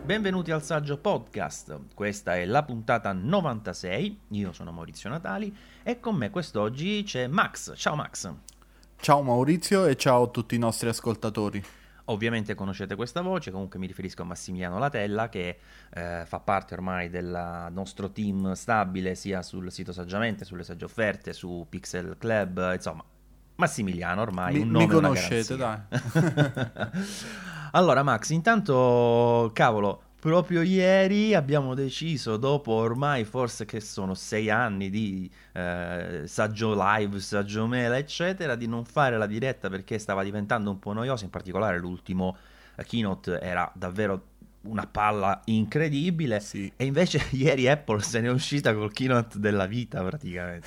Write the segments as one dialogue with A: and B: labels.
A: benvenuti al Saggio Podcast. Questa è la puntata 96. Io sono Maurizio Natali e con me quest'oggi c'è Max. Ciao Max.
B: Ciao Maurizio e ciao a tutti i nostri ascoltatori.
A: Ovviamente conoscete questa voce, comunque mi riferisco a Massimiliano Latella che fa parte ormai del nostro team stabile sia sul sito Saggiamente, sulle Sagge Offerte, su Pixel Club, insomma Massimiliano ormai un
B: Mi
A: nome e una
B: conoscete,
A: garanzia.
B: dai.
A: Allora Max, intanto cavolo, proprio ieri abbiamo deciso, dopo ormai forse che sono 6 anni di Saggio Live, Saggio Mela, eccetera, di non fare la diretta perché stava diventando un po' noiosa, in particolare l'ultimo keynote era davvero una palla incredibile
B: Sì.
A: e invece ieri Apple se ne è uscita col keynote della vita praticamente.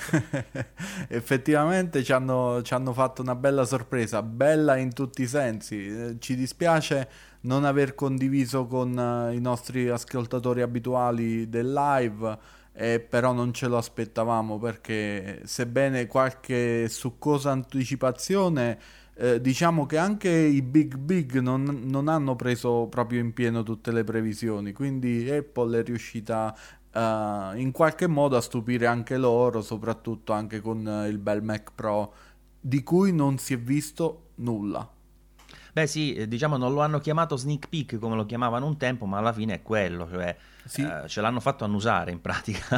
B: Effettivamente ci hanno fatto una bella sorpresa, bella in tutti i sensi. Ci dispiace non aver condiviso con i nostri ascoltatori abituali del live, però non ce lo aspettavamo perché sebbene qualche succosa anticipazione, diciamo che anche i big non hanno preso proprio in pieno tutte le previsioni, quindi Apple è riuscita in qualche modo a stupire anche loro, soprattutto anche con il bel Mac Pro di cui non si è visto nulla.
A: Beh sì, diciamo non lo hanno chiamato sneak peek come lo chiamavano un tempo, ma alla fine è quello, cioè
B: Sì,
A: ce l'hanno fatto annusare in pratica.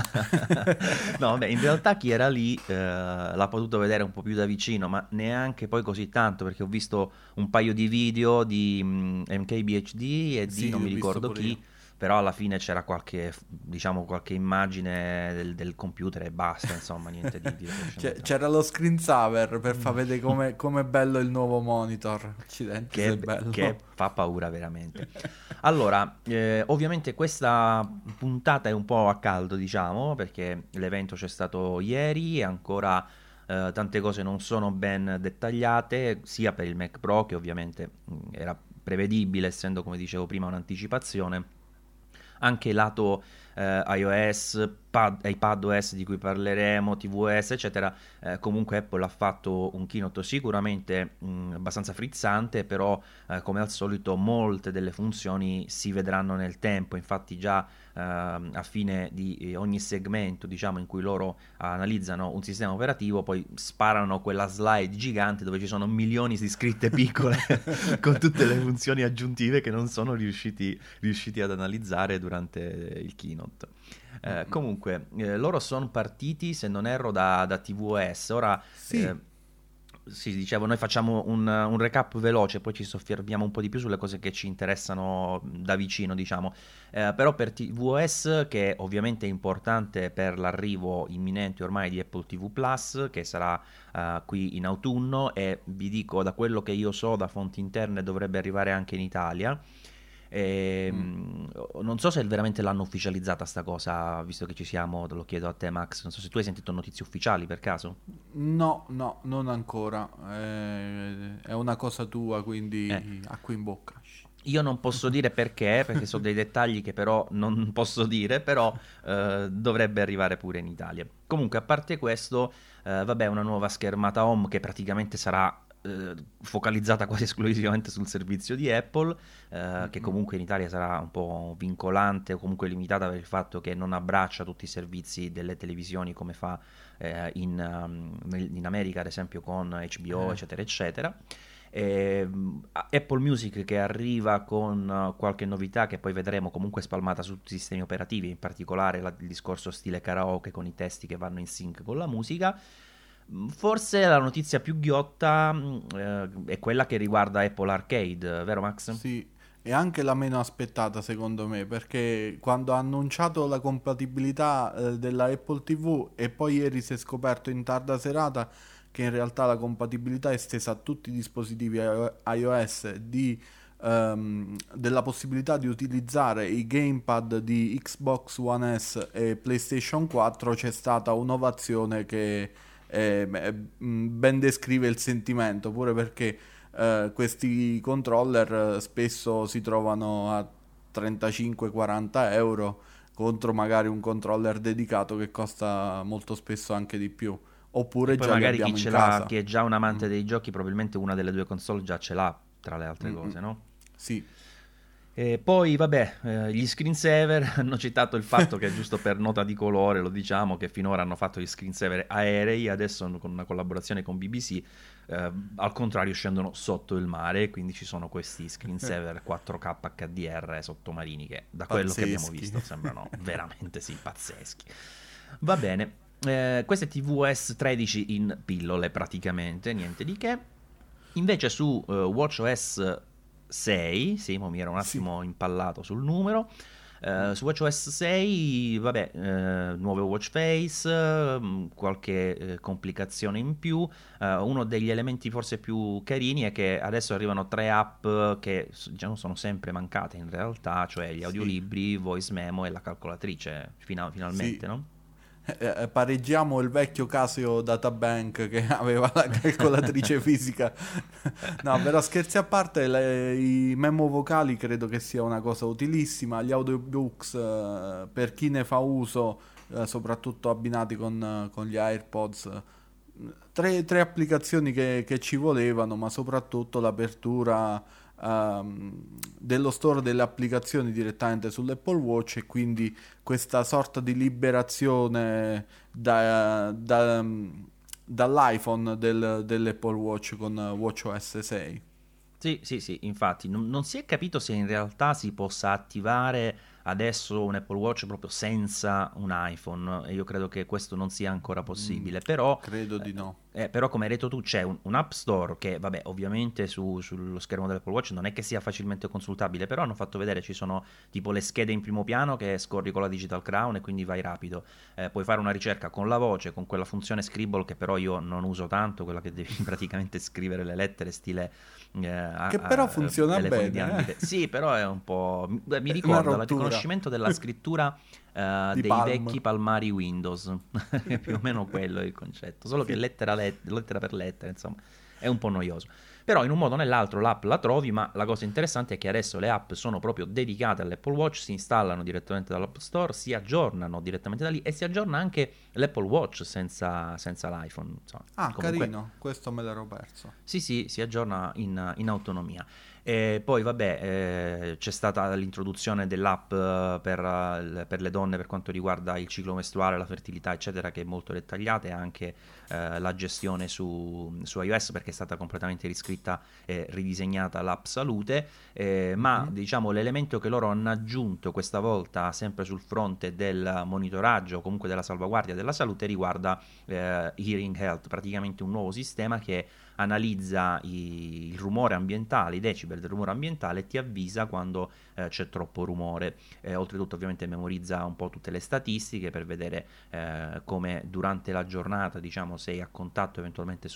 A: No, vabbè, in realtà chi era lì l'ha potuto vedere un po' più da vicino, ma neanche poi così tanto, perché ho visto un paio di video di MKBHD e di
B: sì,
A: non mi
B: l'ho visto
A: ricordo
B: pure io.
A: chi, però alla fine c'era qualche, diciamo, qualche immagine del computer e basta, insomma, niente di trascendentale.
B: C'era lo screensaver per far vedere com'è bello il nuovo monitor. Accidenti, se è
A: Che
B: bello.
A: fa paura veramente. Allora, ovviamente questa puntata è un po' a caldo, diciamo, perché l'evento c'è stato ieri e ancora tante cose non sono ben dettagliate, sia per il Mac Pro, che ovviamente era prevedibile, essendo, come dicevo prima, un'anticipazione, anche lato iOS, iPadOS di cui parleremo, tvOS, eccetera. Comunque Apple ha fatto un keynote sicuramente abbastanza frizzante, però come al solito molte delle funzioni si vedranno nel tempo, infatti già a fine di ogni segmento, diciamo, in cui loro analizzano un sistema operativo, poi sparano quella slide gigante dove ci sono milioni di scritte piccole con tutte le funzioni aggiuntive che non sono riusciti ad analizzare durante il keynote. Comunque, loro sono partiti, se non erro, da tvOS. Ora,
B: Sì,
A: sì, dicevo, noi facciamo un recap veloce, poi ci soffermiamo un po' di più sulle cose che ci interessano da vicino, diciamo. Però per tvOS, che ovviamente è importante per l'arrivo imminente ormai di Apple TV Plus, che sarà qui in autunno, e vi dico, da quello che io so da fonti interne, dovrebbe arrivare anche in Italia.
B: mm,
A: Non so se veramente l'hanno ufficializzata sta cosa, visto che ci siamo, te lo chiedo a te Max, non so se tu hai sentito notizie ufficiali per caso.
B: no, no, non ancora. È una cosa tua,
A: Eh.
B: quindi acqua in bocca.
A: Io non posso dire perché sono dei dettagli che però non posso dire, però dovrebbe arrivare pure in Italia. Comunque, a parte questo, vabbè, una nuova schermata home che praticamente sarà focalizzata quasi esclusivamente sul servizio di Apple, che
B: Mm-mm.
A: comunque in Italia sarà un po' vincolante o comunque limitata per il fatto che non abbraccia tutti i servizi delle televisioni come fa in America, ad esempio con HBO,
B: Eh,
A: eccetera, eccetera. Apple Music che arriva con qualche novità che poi vedremo comunque spalmata su tutti i sistemi operativi, in particolare il discorso stile karaoke con i testi che vanno in sync con la musica. Forse la notizia più ghiotta è quella che riguarda Apple Arcade, vero Max?
B: Sì, e anche la meno aspettata secondo me, perché quando ha annunciato la compatibilità della Apple TV e poi ieri si è scoperto in tarda serata che in realtà la compatibilità è estesa a tutti i dispositivi iOS della possibilità di utilizzare i gamepad di Xbox One S e PlayStation 4, c'è stata un'ovazione che ben descrive il sentimento, pure perché questi controller spesso si trovano a 35-40 euro contro magari un controller dedicato che costa molto spesso anche di più.
A: E
B: Oppure
A: poi
B: già li
A: magari chi
B: abbiamo in
A: ce l'ha,
B: casa.
A: chi è già un amante
B: Mm,
A: dei giochi, probabilmente una delle due console già ce l'ha, tra le altre
B: mm, mm.
A: cose, no?
B: Sì,
A: E poi, vabbè, gli screensaver hanno citato il fatto che, giusto per nota di colore, lo diciamo, che finora hanno fatto gli screensaver aerei, adesso con una collaborazione con BBC, al contrario scendono sotto il mare, quindi ci sono questi screensaver 4K HDR sottomarini che, da quello che abbiamo
B: Pazzeschi.
A: visto, sembrano veramente sì, pazzeschi. Va bene, questo è tvOS 13 in pillole praticamente, niente di che. Invece su WatchOS 6, sì, mo mi ero un
B: Sì.
A: attimo impallato sul numero. Su WatchOS 6, vabbè, nuove watch face, qualche complicazione in più. Uno degli elementi forse più carini è che adesso arrivano tre app che diciamo, sono sempre mancate in realtà, cioè gli
B: Sì,
A: audiolibri, voice memo e la calcolatrice,
B: sì.
A: finalmente, no?
B: Pareggiamo il vecchio Casio Databank che aveva la calcolatrice fisica. No, però scherzi a parte, i memo vocali credo che sia una cosa utilissima. Gli audiobooks, per chi ne fa uso, soprattutto abbinati con gli AirPods, tre applicazioni che ci volevano, ma soprattutto l'apertura dello store delle applicazioni direttamente sull'Apple Watch e quindi questa sorta di liberazione dall'iPhone dell'Apple Watch con WatchOS 6.
A: Sì, sì, sì, infatti non si è capito se in realtà si possa attivare adesso un Apple Watch proprio senza un iPhone, e io credo che questo non sia ancora
B: Mm,
A: possibile, però,
B: credo di no.
A: però come hai detto tu c'è un App Store che, vabbè, ovviamente sullo schermo dell'Apple Watch non è che sia facilmente consultabile, però hanno fatto vedere ci sono tipo le schede in primo piano che scorri con la Digital Crown e quindi vai rapido. Puoi fare una ricerca con la voce, con quella funzione Scribble che però io non uso tanto, quella che devi praticamente scrivere le lettere stile
B: Che però funziona
A: telefoni di
B: bene,
A: anni. Sì, però è un po'. Mi
B: È una
A: ricorda il
B: rottura
A: riconoscimento della scrittura
B: di
A: dei
B: Palm.
A: vecchi palmari Windows. È più o meno quello è il concetto. Solo che
B: Sì.
A: lettera per lettera, insomma, è un po' noioso. Però in un modo o nell'altro l'app la trovi, ma la cosa interessante è che adesso le app sono proprio dedicate all'Apple Watch, si installano direttamente dall'App Store, si aggiornano direttamente da lì e si aggiorna anche l'Apple Watch senza l'iPhone. Insomma,
B: Ah,
A: comunque
B: carino, questo me l'ero perso.
A: sì, sì, si aggiorna in autonomia. E poi, vabbè, c'è stata l'introduzione dell'app per le donne per quanto riguarda il ciclo mestruale, la fertilità, eccetera, che è molto dettagliata, e anche la gestione su iOS perché è stata completamente riscritta e ridisegnata l'app salute. Ma
B: Mhm.
A: diciamo l'elemento che loro hanno aggiunto questa volta, sempre sul fronte del monitoraggio o comunque della salvaguardia della salute, riguarda Hearing Health, praticamente un nuovo sistema che analizza il rumore ambientale, i decibel del rumore ambientale e ti avvisa quando c'è troppo rumore. Oltretutto ovviamente memorizza un po' tutte le statistiche per vedere come durante la giornata, diciamo, sei a contatto eventualmente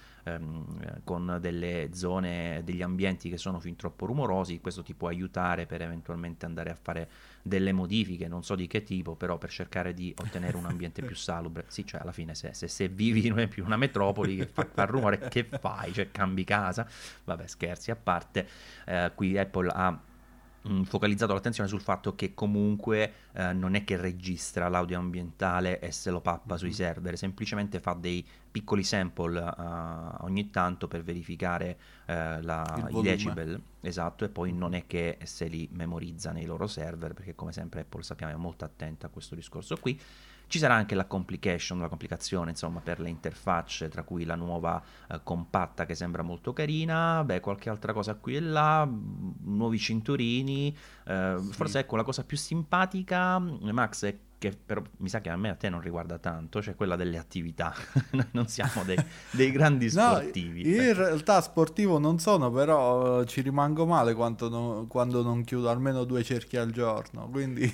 A: con delle zone, degli ambienti che sono fin troppo rumorosi. Questo ti può aiutare per eventualmente andare a fare delle modifiche, non so di che tipo, però per cercare di ottenere un ambiente più salubre. Sì, cioè alla fine se vivi in una metropoli che fa rumore, che fai? Cioè cambi casa? Vabbè, scherzi a parte, qui Apple ha focalizzato l'attenzione sul fatto che comunque non è che registra l'audio ambientale e se lo pappa sui
B: Mhm.
A: server, semplicemente fa dei piccoli sample ogni tanto per verificare
B: Il
A: i
B: volume.
A: decibel, esatto, e poi non
B: Mhm.
A: è che se li memorizza nei loro server, perché come sempre Apple sappiamo è molto attenta a questo discorso qui. Ci sarà anche la complication, la complicazione, insomma, per le interfacce, tra cui la nuova compatta che sembra molto carina, beh, qualche altra cosa qui e là, nuovi cinturini,
B: Sì.
A: forse ecco la cosa più simpatica, Max, è che però mi sa che a te non riguarda tanto, cioè quella delle attività. Noi non siamo dei grandi
B: No,
A: sportivi,
B: io in
A: ecco.
B: realtà sportivo non sono, però ci rimango male quando non chiudo almeno due cerchi al giorno, quindi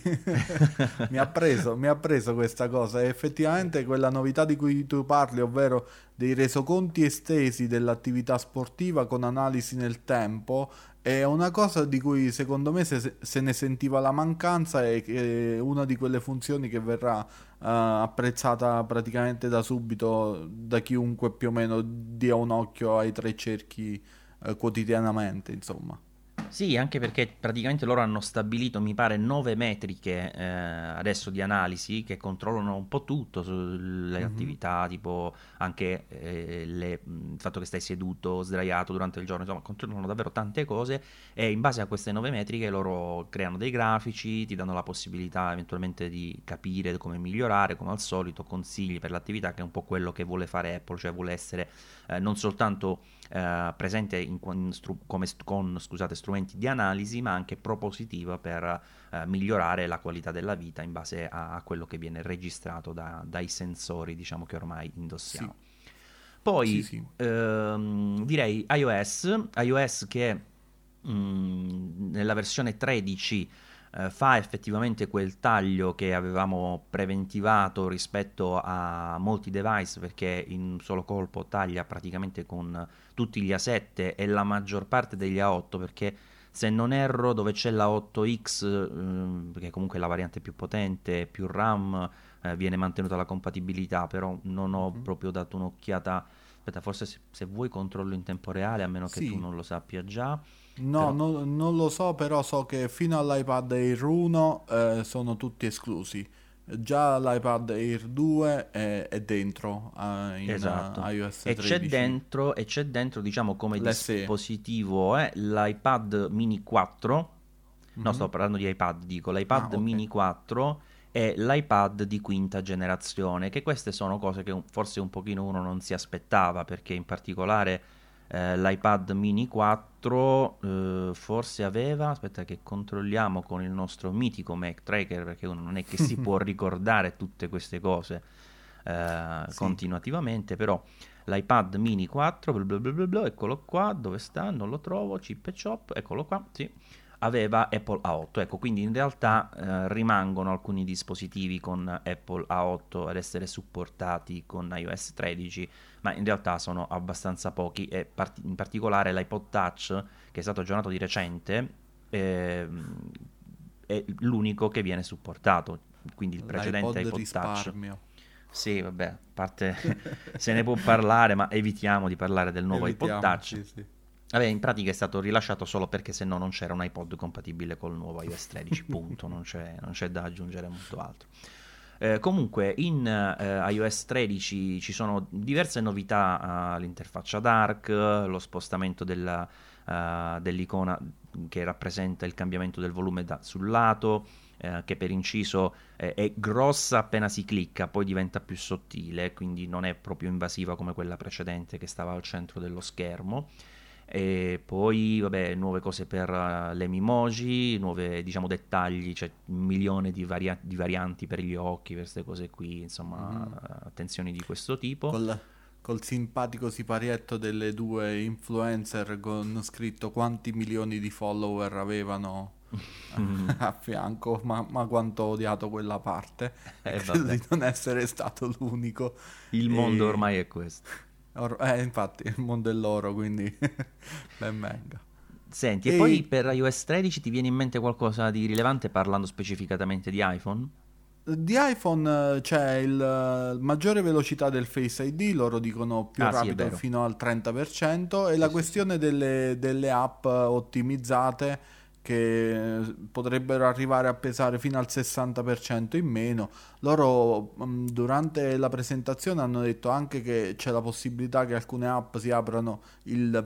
B: mi ha preso questa cosa e effettivamente quella novità di cui tu parli, ovvero dei resoconti estesi dell'attività sportiva con analisi nel tempo, è una cosa di cui secondo me se ne sentiva la mancanza e che è una di quelle funzioni che verrà apprezzata praticamente da subito da chiunque più o meno dia un occhio ai tre cerchi quotidianamente, insomma.
A: Sì, anche perché praticamente loro hanno stabilito, mi pare, 9 metriche adesso di analisi che controllano un po' tutto sulle
B: Mhm.
A: attività, tipo anche il fatto che stai seduto, sdraiato durante il giorno, insomma, controllano davvero tante cose e in base a queste 9 metriche loro creano dei grafici, ti danno la possibilità eventualmente di capire come migliorare, come al solito, consigli per l'attività, che è un po' quello che vuole fare Apple, cioè vuole essere non soltanto presente con scusate, strumenti di analisi, ma anche propositiva per migliorare la qualità della vita in base a quello che viene registrato dai sensori, diciamo, che ormai
B: Sì,
A: indossiamo.
B: sì,
A: Poi
B: sì.
A: direi iOS che nella versione 13 fa effettivamente quel taglio che avevamo preventivato rispetto a molti device, perché in un solo colpo taglia praticamente con tutti gli A7 e la maggior parte degli A8, perché se non erro dove c'è la 8X, che comunque è la variante più potente, più RAM, viene mantenuta la compatibilità, però non ho
B: Mhm.
A: proprio dato un'occhiata. Aspetta, forse se vuoi controllo in tempo reale, a meno che tu
B: Sì.
A: non lo sappia già.
B: No,
A: Però
B: non lo so, però so che fino all'iPad Air 1 sono tutti esclusi. Già l'iPad Air 2 è dentro in
A: esatto.
B: iOS
A: E c'è dentro, diciamo, come
B: l'SE.
A: dispositivo l'iPad mini 4. No, sto
B: Mhm.
A: parlando di iPad, dico,
B: Ah,
A: l'iPad
B: ok.
A: mini 4 e l'iPad di quinta generazione, che queste sono cose che forse un pochino uno non si aspettava, perché in particolare l'iPad mini 4 forse aveva, aspetta che controlliamo con il nostro mitico Mac Tracker, perché uno non è che si può ricordare tutte queste cose
B: Sì.
A: continuativamente, però l'iPad mini 4, bla bla bla bla bla, eccolo qua, dove sta? Non lo trovo, chip e chop, eccolo qua, sì, aveva Apple A8, ecco, quindi in
B: Ah,
A: realtà rimangono alcuni dispositivi con Apple A8 ad essere supportati con iOS 13, ma in realtà sono abbastanza pochi e in particolare l'iPod Touch, che è stato aggiornato di recente, ehm, è l'unico che viene supportato, quindi il precedente
B: l'iPod
A: iPod Touch.
B: risparmio.
A: Sì, vabbè, a parte se ne può parlare, ma evitiamo di parlare del nuovo iPod
B: Evitiamo,
A: Touch.
B: sì, sì.
A: Vabbè, in pratica è stato rilasciato solo perché se no non c'era un iPod compatibile col nuovo iOS 13, punto, non c'è da aggiungere molto altro. Comunque in iOS 13 ci sono diverse novità all'interfaccia Dark, lo spostamento dell'icona che rappresenta il cambiamento del volume sul lato, che per inciso è grossa appena si clicca, poi diventa più sottile, quindi non è proprio invasiva come quella precedente che stava al centro dello schermo. E poi, vabbè, nuove cose per le Mimoji, nuovi, diciamo, dettagli, c'è un milione di varianti per gli occhi, per queste cose qui, insomma,
B: Mhm.
A: attenzioni di questo tipo.
B: Col, col simpatico siparietto delle due influencer con scritto quanti milioni di follower avevano a fianco, ma quanto ho odiato quella parte e
A: E
B: credo
A: vabbè,
B: di non essere stato l'unico.
A: il mondo
B: E,
A: ormai è questo.
B: infatti, il mondo è loro, quindi ben venga.
A: Senti, e poi
B: E
A: per iOS 13 ti viene in mente qualcosa di rilevante parlando specificatamente di iPhone?
B: di iPhone c'è il maggiore velocità del Face ID, loro dicono più
A: Ah, sì, è
B: rapido
A: vero.
B: fino al 30%, e
A: Sì,
B: la
A: sì, sì.
B: questione delle app ottimizzate che potrebbero arrivare a pesare fino al 60% in meno. Loro durante la presentazione hanno detto anche che c'è la possibilità che alcune app si aprano il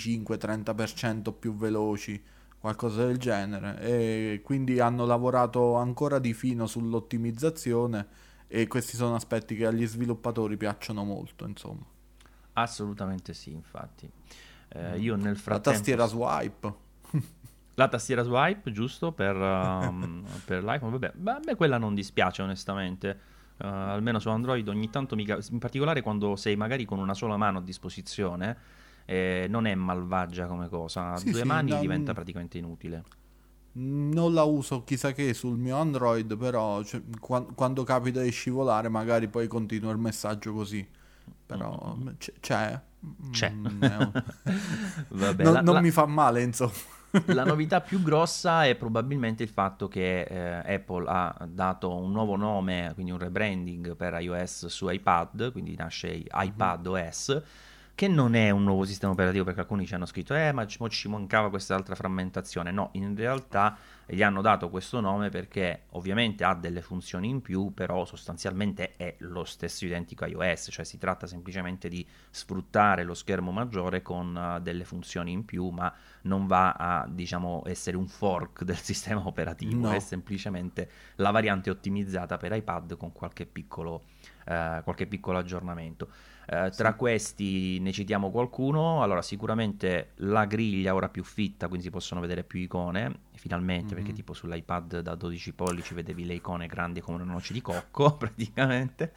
B: 25-30% più veloci, qualcosa del genere, e quindi hanno lavorato ancora di fino sull'ottimizzazione, e questi sono aspetti che agli sviluppatori piacciono molto, insomma.
A: Assolutamente sì, infatti.
B: Mm.
A: Io nel
B: La
A: frattempo
B: tastiera swipe.
A: la tastiera swipe, giusto, per l'iPhone, vabbè, ma a me quella non dispiace onestamente. Almeno su Android ogni tanto in particolare quando sei magari con una sola mano a disposizione, non è malvagia come cosa, a
B: Sì,
A: due
B: sì,
A: mani diventa praticamente inutile.
B: non la uso chissà che sul mio Android, però cioè, quando capita di scivolare magari poi continua il messaggio così.
A: Mm, mm,
B: Però
A: mm.
B: c'è.
A: C'è.
B: È
A: Vabbè, la,
B: non
A: la-
B: mi fa male, insomma.
A: La novità più grossa è probabilmente il fatto che Apple ha dato un nuovo nome, quindi un rebranding per iOS su iPad, quindi nasce
B: Mhm.
A: iPad OS, che non è un nuovo sistema operativo, perché alcuni ci hanno scritto ma ci mancava quest'altra frammentazione. No, in realtà gli hanno dato questo nome perché ovviamente ha delle funzioni in più, però sostanzialmente è lo stesso identico iOS, cioè si tratta semplicemente di sfruttare lo schermo maggiore con delle funzioni in più, ma non va a, diciamo, essere un fork del sistema operativo, è
B: No.
A: semplicemente la variante ottimizzata per iPad con qualche piccolo aggiornamento. Tra
B: Sì.
A: questi ne citiamo qualcuno. Allora, sicuramente la griglia ora più fitta, quindi si possono vedere più icone, finalmente, perché
B: Mhm.
A: tipo sull'iPad da 12 pollici vedevi le icone grandi come una noce di cocco, praticamente.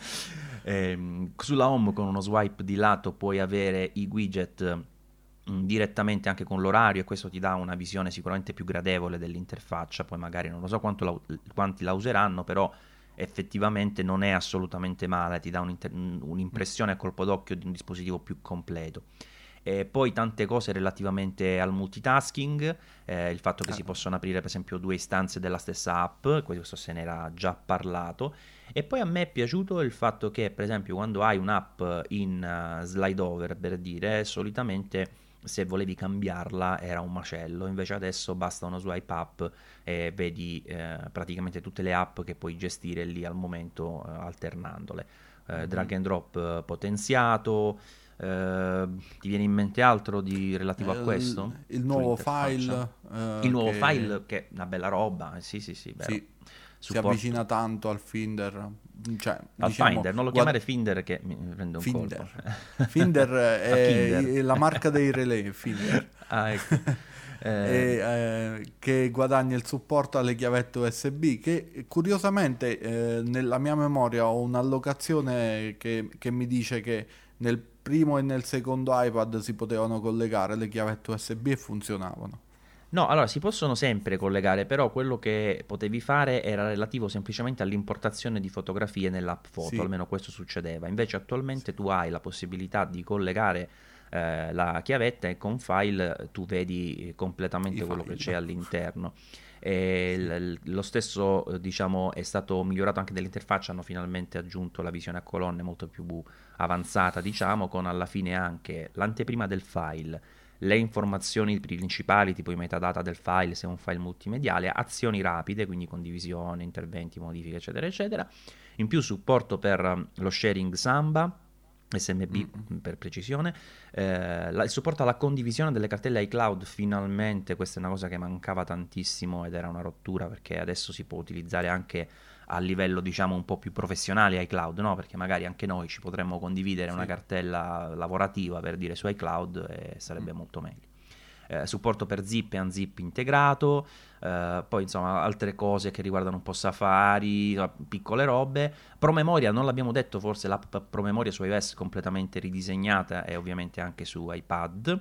A: Sulla home con uno swipe di lato puoi avere i widget direttamente anche con l'orario, e questo ti dà una visione sicuramente più gradevole dell'interfaccia. Poi magari non lo so quanti la useranno, però effettivamente non è assolutamente male, ti dà un'impressione a colpo d'occhio di un dispositivo più completo. E poi tante cose relativamente al multitasking, il fatto che si
B: Ah,
A: possono aprire per esempio due istanze della stessa app, questo se n'era già parlato. E poi a me è piaciuto il fatto che per esempio quando hai un'app in slide over, per dire, solitamente se volevi cambiarla era un macello, invece adesso basta uno swipe up e vedi praticamente tutte le app che puoi gestire lì al momento, alternandole. Drag
B: mhm.
A: and drop potenziato. Ti viene in mente altro relativo a questo
B: Il nuovo
A: sull'interfaccia?
B: file
A: Il nuovo
B: che
A: file, che è una bella roba, sì, sì, sì, vero.
B: sì, si
A: Supporto
B: avvicina tanto al Finder, cioè
A: al
B: diciamo
A: Finder, non lo chiamare Finder che mi prende un colpo.
B: Finder. Finder
A: Al Kinder.
B: è la marca dei relè, Finder.
A: Ah, ecco.
B: E, che guadagna il supporto alle chiavette USB, che curiosamente nella mia memoria ho un'allocazione che mi dice che nel primo e nel secondo iPad si potevano collegare le chiavette USB e funzionavano.
A: No, allora si possono sempre collegare, però quello che potevi fare era relativo semplicemente all'importazione di fotografie nell'app foto,
B: Sì,
A: almeno questo succedeva. Invece attualmente
B: sì.
A: tu hai la possibilità di collegare la chiavetta e con file tu vedi
B: I
A: completamente quello che c'è
B: file.
A: all'interno. E
B: Sì.
A: lo stesso, diciamo, è stato migliorato anche nell'interfaccia, hanno finalmente aggiunto la visione a colonne molto più avanzata, diciamo, con alla fine anche l'anteprima del file, le informazioni principali tipo i metadata del file, se è un file multimediale, azioni rapide, quindi condivisione, interventi, modifiche, eccetera, eccetera. In più supporto per lo sharing Samba, SMB
B: Mm.
A: per precisione, il supporto alla condivisione delle cartelle iCloud, finalmente, questa è una cosa che mancava tantissimo ed era una rottura, perché adesso si può utilizzare anche a livello diciamo un po' più professionale iCloud, no? Perché magari anche noi ci potremmo condividere una
B: Sì.
A: cartella lavorativa per dire su iCloud e
B: Mm.
A: sarebbe molto meglio. Supporto per zip e unzip integrato, poi insomma altre cose che riguardano un po' Safari, piccole robe. Promemoria, non l'abbiamo detto, forse l'app Promemoria su iOS completamente ridisegnata e ovviamente anche su iPad.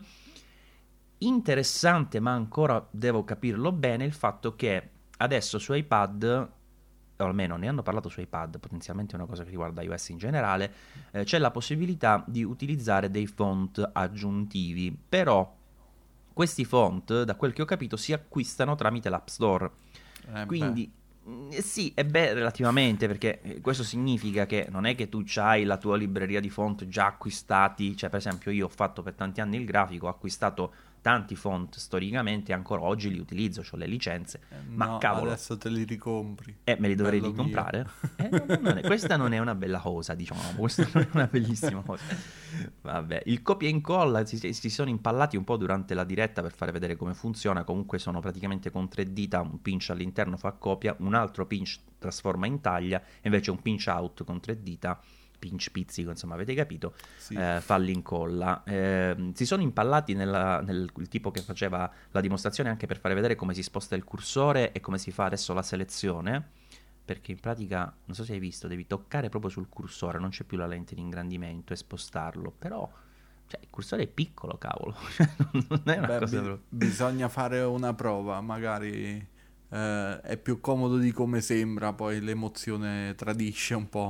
A: Interessante, ma ancora devo capirlo bene, il fatto che adesso su iPad, o almeno ne hanno parlato su iPad, potenzialmente è una cosa che riguarda iOS in generale, c'è la possibilità di utilizzare dei font aggiuntivi, però questi font, da quel che ho capito, si acquistano tramite l'App Store.
B: Beh,
A: Quindi sì, e beh, relativamente, perché questo significa che non è che tu hai la tua libreria di font già acquistati, cioè per esempio io ho fatto per tanti anni il grafico, ho acquistato tanti font storicamente e ancora oggi li utilizzo, ho le licenze, ma
B: no,
A: cavolo,
B: adesso te li ricompri,
A: me li dovrei
B: bello mio.
A: ricomprare? Questa non è una bella cosa, diciamo, questa non è una bellissima cosa. Vabbè, il copia e incolla si sono impallati un po' durante la diretta per fare vedere come funziona, comunque sono praticamente con tre dita, un pinch all'interno fa copia, un altro pinch trasforma in taglia, e invece un pinch out con tre dita, pinch pizzico, insomma avete capito,
B: Sì.
A: fa l'incolla. Si sono impallati il tipo che faceva la dimostrazione anche per fare vedere come si sposta il cursore e come si fa adesso la selezione, perché in pratica, non so se hai visto, devi toccare proprio sul cursore, non c'è più la lente di ingrandimento e spostarlo, però cioè, il cursore è piccolo, cavolo, cioè, non è una
B: Beh,
A: cosa proprio...
B: bisogna fare una prova, magari è più comodo di come sembra, poi l'emozione tradisce un po'.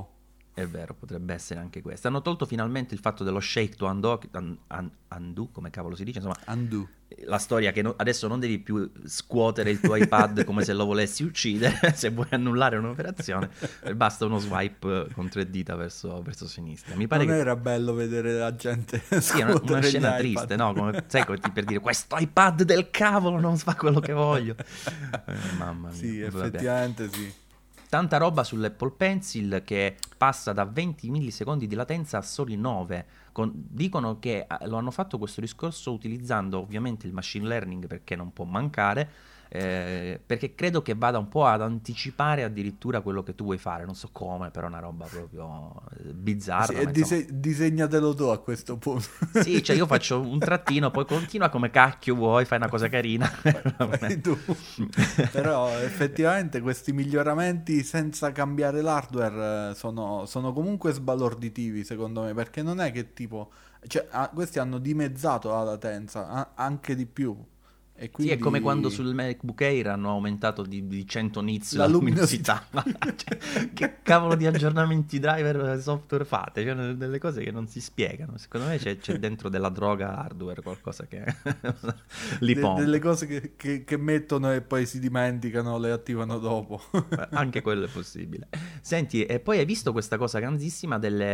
A: È vero, potrebbe essere anche questo. Hanno tolto finalmente il fatto dello shake to undo, undo, come cavolo si dice, insomma,
B: Undo.
A: la storia che adesso non devi più scuotere il tuo iPad come se lo volessi uccidere, se vuoi annullare un'operazione, basta uno swipe con 3 dita verso sinistra. Mi pare
B: Non
A: che
B: era bello vedere la gente
A: sì, è una
B: scuotere gli
A: scena
B: iPad.
A: triste, no? Come, sai, come per dire, questo iPad del cavolo non fa quello che voglio. Mamma mia,
B: Sì,
A: vabbè.
B: effettivamente sì.
A: Tanta roba sull'Apple Pencil che passa da 20 millisecondi di latenza a soli 9. Dicono che lo hanno fatto questo discorso utilizzando ovviamente il machine learning, perché non può mancare, perché credo che vada un po' ad anticipare addirittura quello che tu vuoi fare. Non so come, però è una roba proprio
B: Sì,
A: bizzarra,
B: e
A: ma insomma.
B: disegnatelo tu a questo punto.
A: Sì, cioè io faccio un trattino, poi continua come cacchio vuoi, fai una cosa carina.
B: Fai tu. Però effettivamente questi miglioramenti senza cambiare l'hardware sono comunque sbalorditivi secondo me, perché non è che tipo, cioè, questi hanno dimezzato la latenza, anche di più, e
A: Sì, è come quando
B: quindi
A: sul MacBook Air hanno aumentato di 100 nits
B: la
A: la
B: luminosità.
A: luminosità. Cioè, che cavolo di aggiornamenti driver software fate? Cioè, delle cose che non si spiegano. Secondo me c'è dentro della droga hardware, qualcosa che li
B: Delle
A: pompa.
B: cose che mettono e poi si dimenticano, le attivano dopo.
A: Anche quello è possibile. Senti, e poi hai visto questa cosa grandissima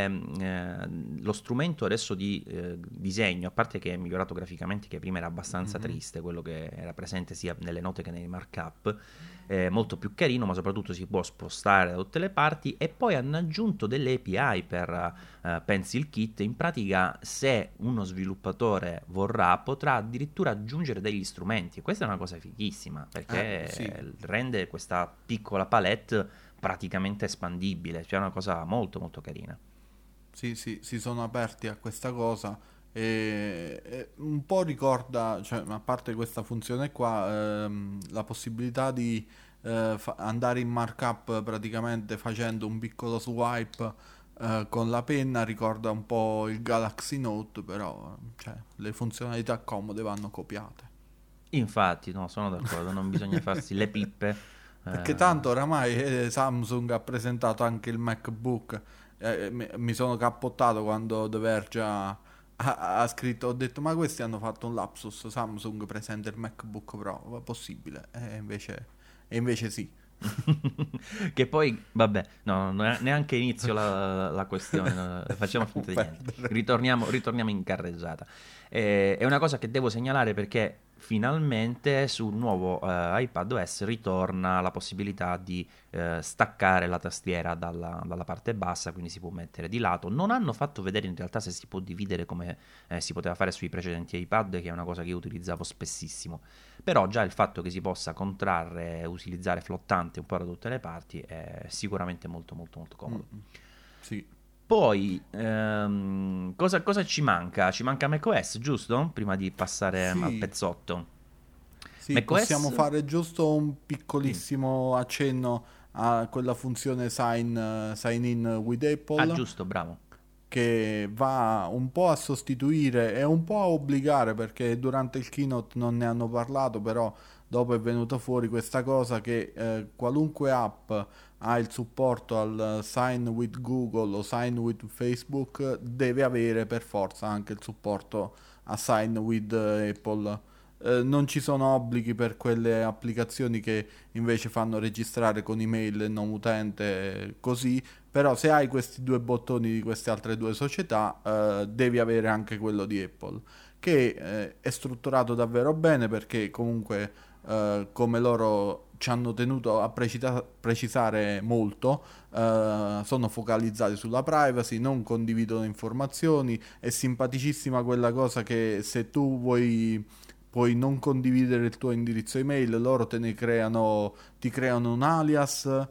A: lo strumento adesso di disegno, a parte che è migliorato graficamente, che prima era abbastanza
B: Mhm.
A: triste, quello che era presente sia nelle note che nei markup, molto più carino, ma soprattutto si può spostare da tutte le parti, e poi hanno aggiunto delle API per Pencil Kit. In pratica, se uno sviluppatore vorrà, potrà addirittura aggiungere degli strumenti, e questa è una cosa fighissima,
B: Sì.
A: perché rende questa piccola palette praticamente espandibile, cioè è una cosa molto molto carina.
B: Sì, sì, si sono aperti a questa cosa e un po' ricorda, cioè, a parte questa funzione qua, la possibilità di andare in markup praticamente facendo un piccolo swipe con la penna ricorda un po' il Galaxy Note, però cioè, le funzionalità comode vanno copiate.
A: Infatti, no, sono d'accordo, non bisogna farsi le pippe.
B: Perché
A: eh,
B: tanto oramai Samsung ha presentato anche il MacBook. Mi sono cappottato quando The Verge ha scritto, ho detto ma questi hanno fatto un lapsus, Samsung presenta il MacBook Pro, è possibile? E invece sì.
A: Che poi, vabbè, no, neanche inizio la questione, no, facciamo
B: Lasciamo
A: finta di niente.
B: perdere.
A: Ritorniamo in carreggiata. È una cosa che devo segnalare perché finalmente sul nuovo iPadOS ritorna la possibilità di staccare la tastiera dalla parte bassa, quindi si può mettere di lato. Non hanno fatto vedere in realtà se si può dividere come si poteva fare sui precedenti iPad, che è una cosa che io utilizzavo spessissimo. Però già il fatto che si possa contrarre e utilizzare flottante un po' da tutte le parti è sicuramente molto molto molto
B: Mm,
A: comodo.
B: mm. Sì.
A: Poi, cosa ci manca? Ci manca macOS, giusto? Prima di passare al
B: Sì,
A: pezzotto.
B: sì, possiamo
A: macOS?
B: fare giusto un
A: Dimmi.
B: piccolissimo accenno a quella funzione sign in with
A: Ah,
B: Apple,
A: giusto, bravo.
B: che va un po' a sostituire e un po' a obbligare, perché durante il keynote non ne hanno parlato, però dopo è venuta fuori questa cosa che qualunque app ha il supporto al Sign with Google o Sign with Facebook deve avere per forza anche il supporto a Sign with Apple. Non ci sono obblighi per quelle applicazioni che invece fanno registrare con email e nome utente, così. Però se hai questi due bottoni di queste altre due società, devi avere anche quello di Apple, che è strutturato davvero bene, perché comunque, come loro ci hanno tenuto a precisare molto, sono focalizzati sulla privacy, non condividono informazioni. È simpaticissima quella cosa che se tu puoi non condividere il tuo indirizzo email, loro ti creano un alias,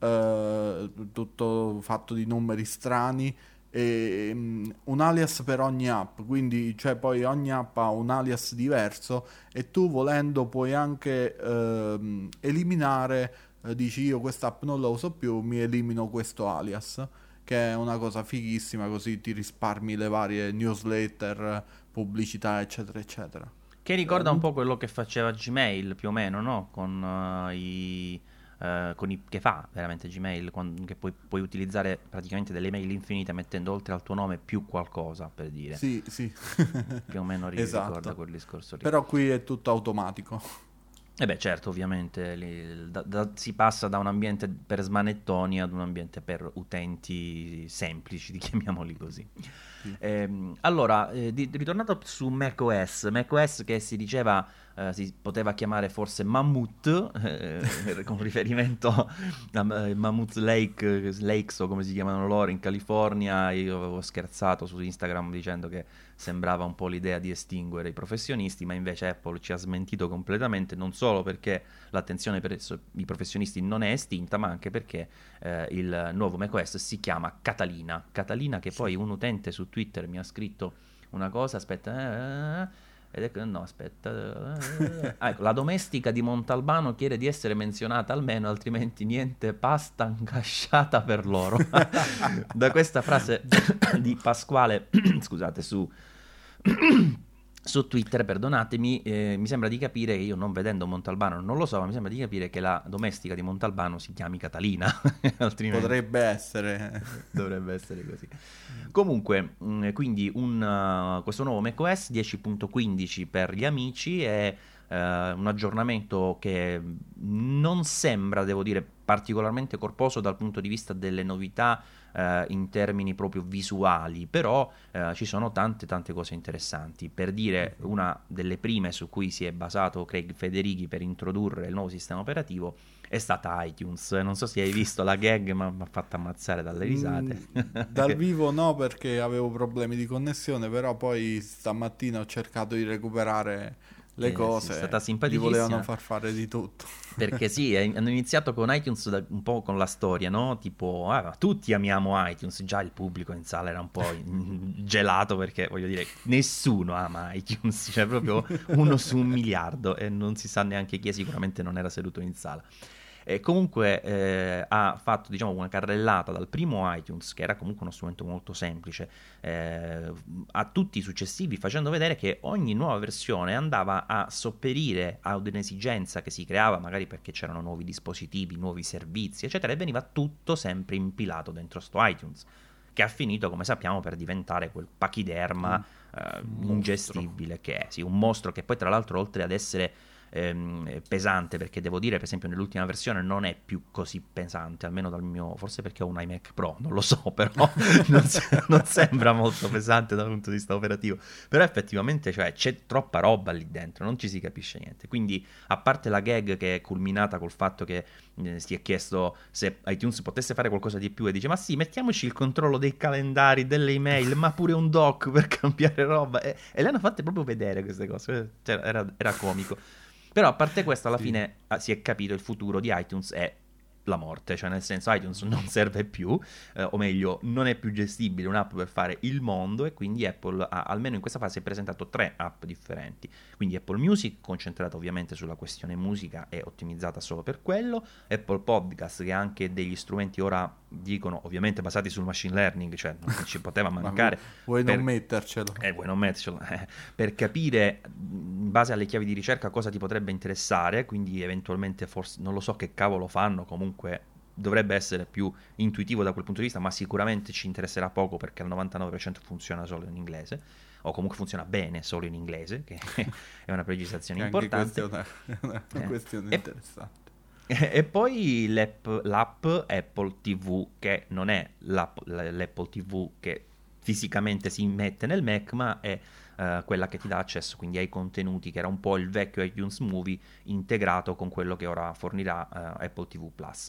B: tutto fatto di numeri strani, e un alias per ogni app, quindi cioè poi ogni app ha un alias diverso, e tu volendo puoi anche eliminare, dici io questa app non la uso più, mi elimino questo alias, che è una cosa fighissima, così ti risparmi le varie newsletter, pubblicità, eccetera, eccetera.
A: Che ricorda un
B: Ehm,
A: po' quello che faceva Gmail più o meno, no? Con che fa veramente Gmail, che puoi utilizzare praticamente delle mail infinite mettendo oltre al tuo nome più qualcosa, per dire.
B: Sì, sì.
A: Più o meno ricorda
B: Esatto.
A: quel discorso lì.
B: Però qui è tutto automatico.
A: E beh, certo, ovviamente si passa da un ambiente per smanettoni ad un ambiente per utenti semplici, chiamiamoli così.
B: Sì.
A: Allora, ritornato su macOS che si diceva si poteva chiamare forse Mammut, con riferimento a Mammoth Lakes o come si chiamano loro in California. Io avevo scherzato su Instagram dicendo che sembrava un po' l'idea di estinguere i professionisti, ma invece Apple ci ha smentito completamente, non solo perché l'attenzione per i professionisti non è estinta, ma anche perché il nuovo macOS si chiama Catalina. Catalina, che poi un utente su Twitter mi ha scritto una cosa, aspetta, no, aspetta, ecco, la domestica di Montalbano chiede di essere menzionata almeno, altrimenti niente pasta incasciata per loro. Da questa frase di Pasquale, scusate, su Twitter, perdonatemi, mi sembra di capire che io, non vedendo Montalbano, non lo so, ma mi sembra di capire che la domestica di Montalbano si chiami Catalina, altrimenti
B: Potrebbe essere.
A: dovrebbe essere così. Comunque, quindi questo nuovo macOS 10.15 per gli amici è un aggiornamento che non sembra, devo dire, particolarmente corposo dal punto di vista delle novità in termini proprio visuali, però ci sono tante cose interessanti. Per dire, una delle prime su cui si è basato Craig Federighi per introdurre il nuovo sistema operativo è stata iTunes. Non so se hai visto la gag, ma mi ha fatto ammazzare dalle risate.
B: Dal vivo no, perché avevo problemi di connessione, però poi stamattina ho cercato di recuperare le cose.
A: Sì, è stata
B: Gli
A: simpaticissima.
B: volevano far fare di tutto.
A: Perché sì, hanno iniziato con iTunes un po' con la storia, no? Tipo, tutti amiamo iTunes, già il pubblico in sala era un po' gelato perché, voglio dire, nessuno ama iTunes, cioè proprio 1 su 1 miliardo e non si sa neanche chi è, sicuramente non era seduto in sala. E comunque ha fatto, diciamo, una carrellata dal primo iTunes, che era comunque uno strumento molto semplice, a tutti i successivi, facendo vedere che ogni nuova versione andava a sopperire ad un'esigenza che si creava, magari perché c'erano nuovi dispositivi, nuovi servizi, eccetera, e veniva tutto sempre impilato dentro sto iTunes, che ha finito, come sappiamo, per diventare quel pachiderma ingestibile che è. Sì, un mostro che poi, tra l'altro, oltre ad essere pesante, perché devo dire, per esempio, nell'ultima versione non è più così pesante, almeno dal mio, forse perché ho un iMac Pro, non lo so, però non sembra molto pesante dal punto di vista operativo, però effettivamente, cioè, c'è troppa roba lì dentro, non ci si capisce niente. Quindi, a parte la gag che è culminata col fatto che si è chiesto se iTunes potesse fare qualcosa di più, e dice: ma sì, mettiamoci il controllo dei calendari, delle email, ma pure un dock per cambiare roba, e le hanno fatte proprio vedere queste cose, cioè, era comico. Però a parte questo, alla fine si è capito, il futuro di iTunes è la morte, cioè nel senso iTunes non serve più, o meglio non è più gestibile un'app per fare il mondo, e quindi Apple ha, almeno in questa fase, presentato 3 app differenti. Quindi Apple Music, concentrata ovviamente sulla questione musica e ottimizzata solo per quello, Apple Podcast, che ha anche degli strumenti ora, dicono, ovviamente basati sul machine learning, cioè non ci poteva mancare.
B: Vuoi non mettercelo?
A: Vuoi non mettercelo? Per capire in base alle chiavi di ricerca cosa ti potrebbe interessare, quindi eventualmente, forse, non lo so che cavolo fanno, comunque dovrebbe essere più intuitivo da quel punto di vista, ma sicuramente ci interesserà poco perché al 99% funziona solo in inglese, o comunque funziona bene solo in inglese, che è una precisazione importante.
B: È una questione interessante.
A: E poi l'app Apple TV, che non è l'Apple TV che fisicamente si mette nel Mac, ma è quella che ti dà accesso quindi ai contenuti, che era un po' il vecchio iTunes Movie integrato con quello che ora fornirà Apple TV Plus.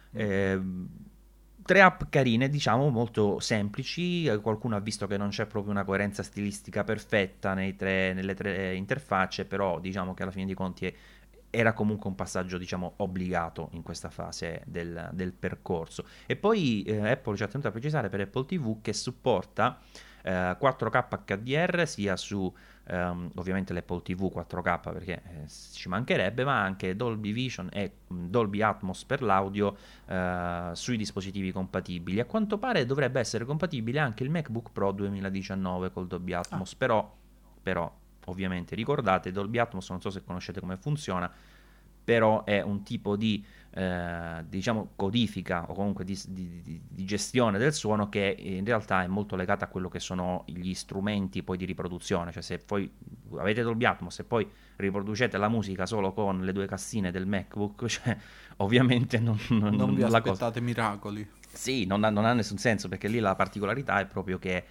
A: 3 app carine, diciamo, molto semplici. Qualcuno ha visto che non c'è proprio una coerenza stilistica perfetta nelle 3 interfacce, però diciamo che alla fine dei conti era comunque un passaggio, diciamo, obbligato in questa fase del percorso. E poi Apple ci ha tenuto a precisare per Apple TV che supporta 4K HDR sia su ovviamente l'Apple TV 4K, perché ci mancherebbe, ma anche Dolby Vision e Dolby Atmos per l'audio sui dispositivi compatibili. A quanto pare dovrebbe essere compatibile anche il MacBook Pro 2019 col Dolby Atmos, però ovviamente ricordate, Dolby Atmos, non so se conoscete come funziona, però è un tipo di diciamo codifica o comunque di gestione del suono che in realtà è molto legata a quello che sono gli strumenti poi di riproduzione, cioè se poi avete Dolby Atmos e poi riproducete la musica solo con le due cassine del MacBook, cioè ovviamente
B: Non vi
A: la cosa...
B: aspettate miracoli.
A: Sì, non ha nessun senso perché lì la particolarità è proprio che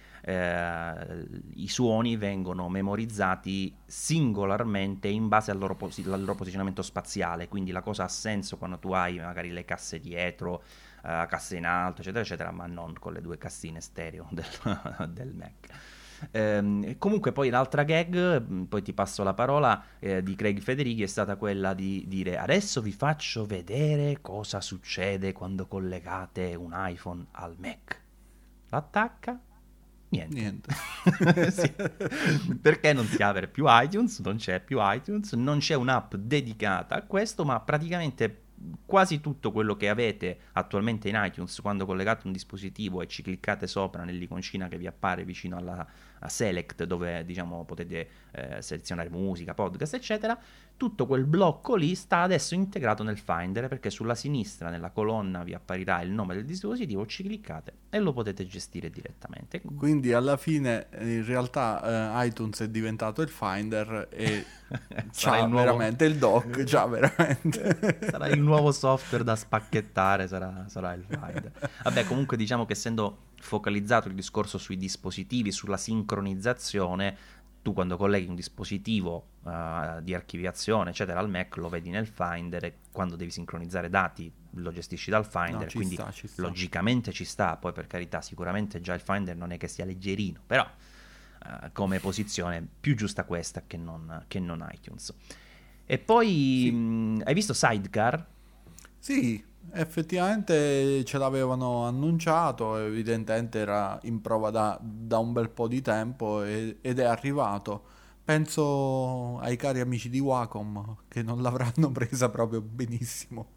A: i suoni vengono memorizzati singolarmente in base al loro posizionamento spaziale, quindi la cosa ha senso quando tu hai magari le casse dietro, casse in alto, eccetera, eccetera, ma non con le due cassine stereo del Mac. Comunque poi l'altra gag, poi ti passo la parola, di Craig Federighi è stata quella di dire adesso vi faccio vedere cosa succede quando collegate un iPhone al Mac. L'attacca? Niente.
B: Niente.
A: Sì. Perché non si apre più iTunes, non c'è più iTunes, non c'è un'app dedicata a questo, ma praticamente quasi tutto quello che avete attualmente in iTunes quando collegate un dispositivo e ci cliccate sopra nell'iconcina che vi appare vicino a Select dove diciamo potete selezionare musica, podcast eccetera, tutto quel blocco lì sta adesso integrato nel Finder perché sulla sinistra nella colonna vi apparirà il nome del dispositivo, ci cliccate e lo potete gestire direttamente.
B: Quindi alla fine in realtà iTunes è diventato il Finder e
A: Sarà
B: c'ha
A: il nuovo...
B: veramente il dock, già veramente.
A: sarà il nuovo software da spacchettare, sarà il Finder. Vabbè, comunque diciamo che essendo focalizzato il discorso sui dispositivi, sulla sincronizzazione, tu quando colleghi un dispositivo di archiviazione, eccetera, al Mac, lo vedi nel Finder e quando devi sincronizzare dati lo gestisci dal Finder,
B: No, ci
A: quindi
B: sta, ci sta.
A: logicamente ci sta, poi per carità sicuramente già il Finder non è che sia leggerino, però come posizione più giusta questa che non iTunes. E poi
B: Sì.
A: hai visto Sidecar?
B: Sì, effettivamente ce l'avevano annunciato, evidentemente era in prova da un bel po' di tempo ed è arrivato. Penso ai cari amici di Wacom che non l'avranno presa proprio benissimo.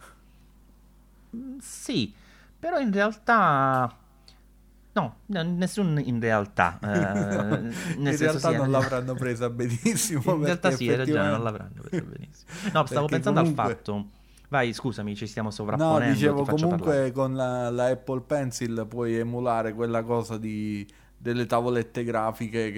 A: Sì, però in realtà... No, nessun in realtà. Nel
B: In
A: senso
B: realtà
A: sì,
B: non l'avranno presa benissimo
A: in realtà
B: perché
A: sì, hai ragione, non
B: effettivamente...
A: l'avranno preso benissimo. No, stavo
B: Perché
A: pensando al
B: comunque...
A: fatto... Vai, scusami, ci stiamo
B: No,
A: sovrapponendo, ti
B: dicevo
A: faccio parlare.
B: comunque con la Apple Pencil puoi emulare quella cosa delle tavolette grafiche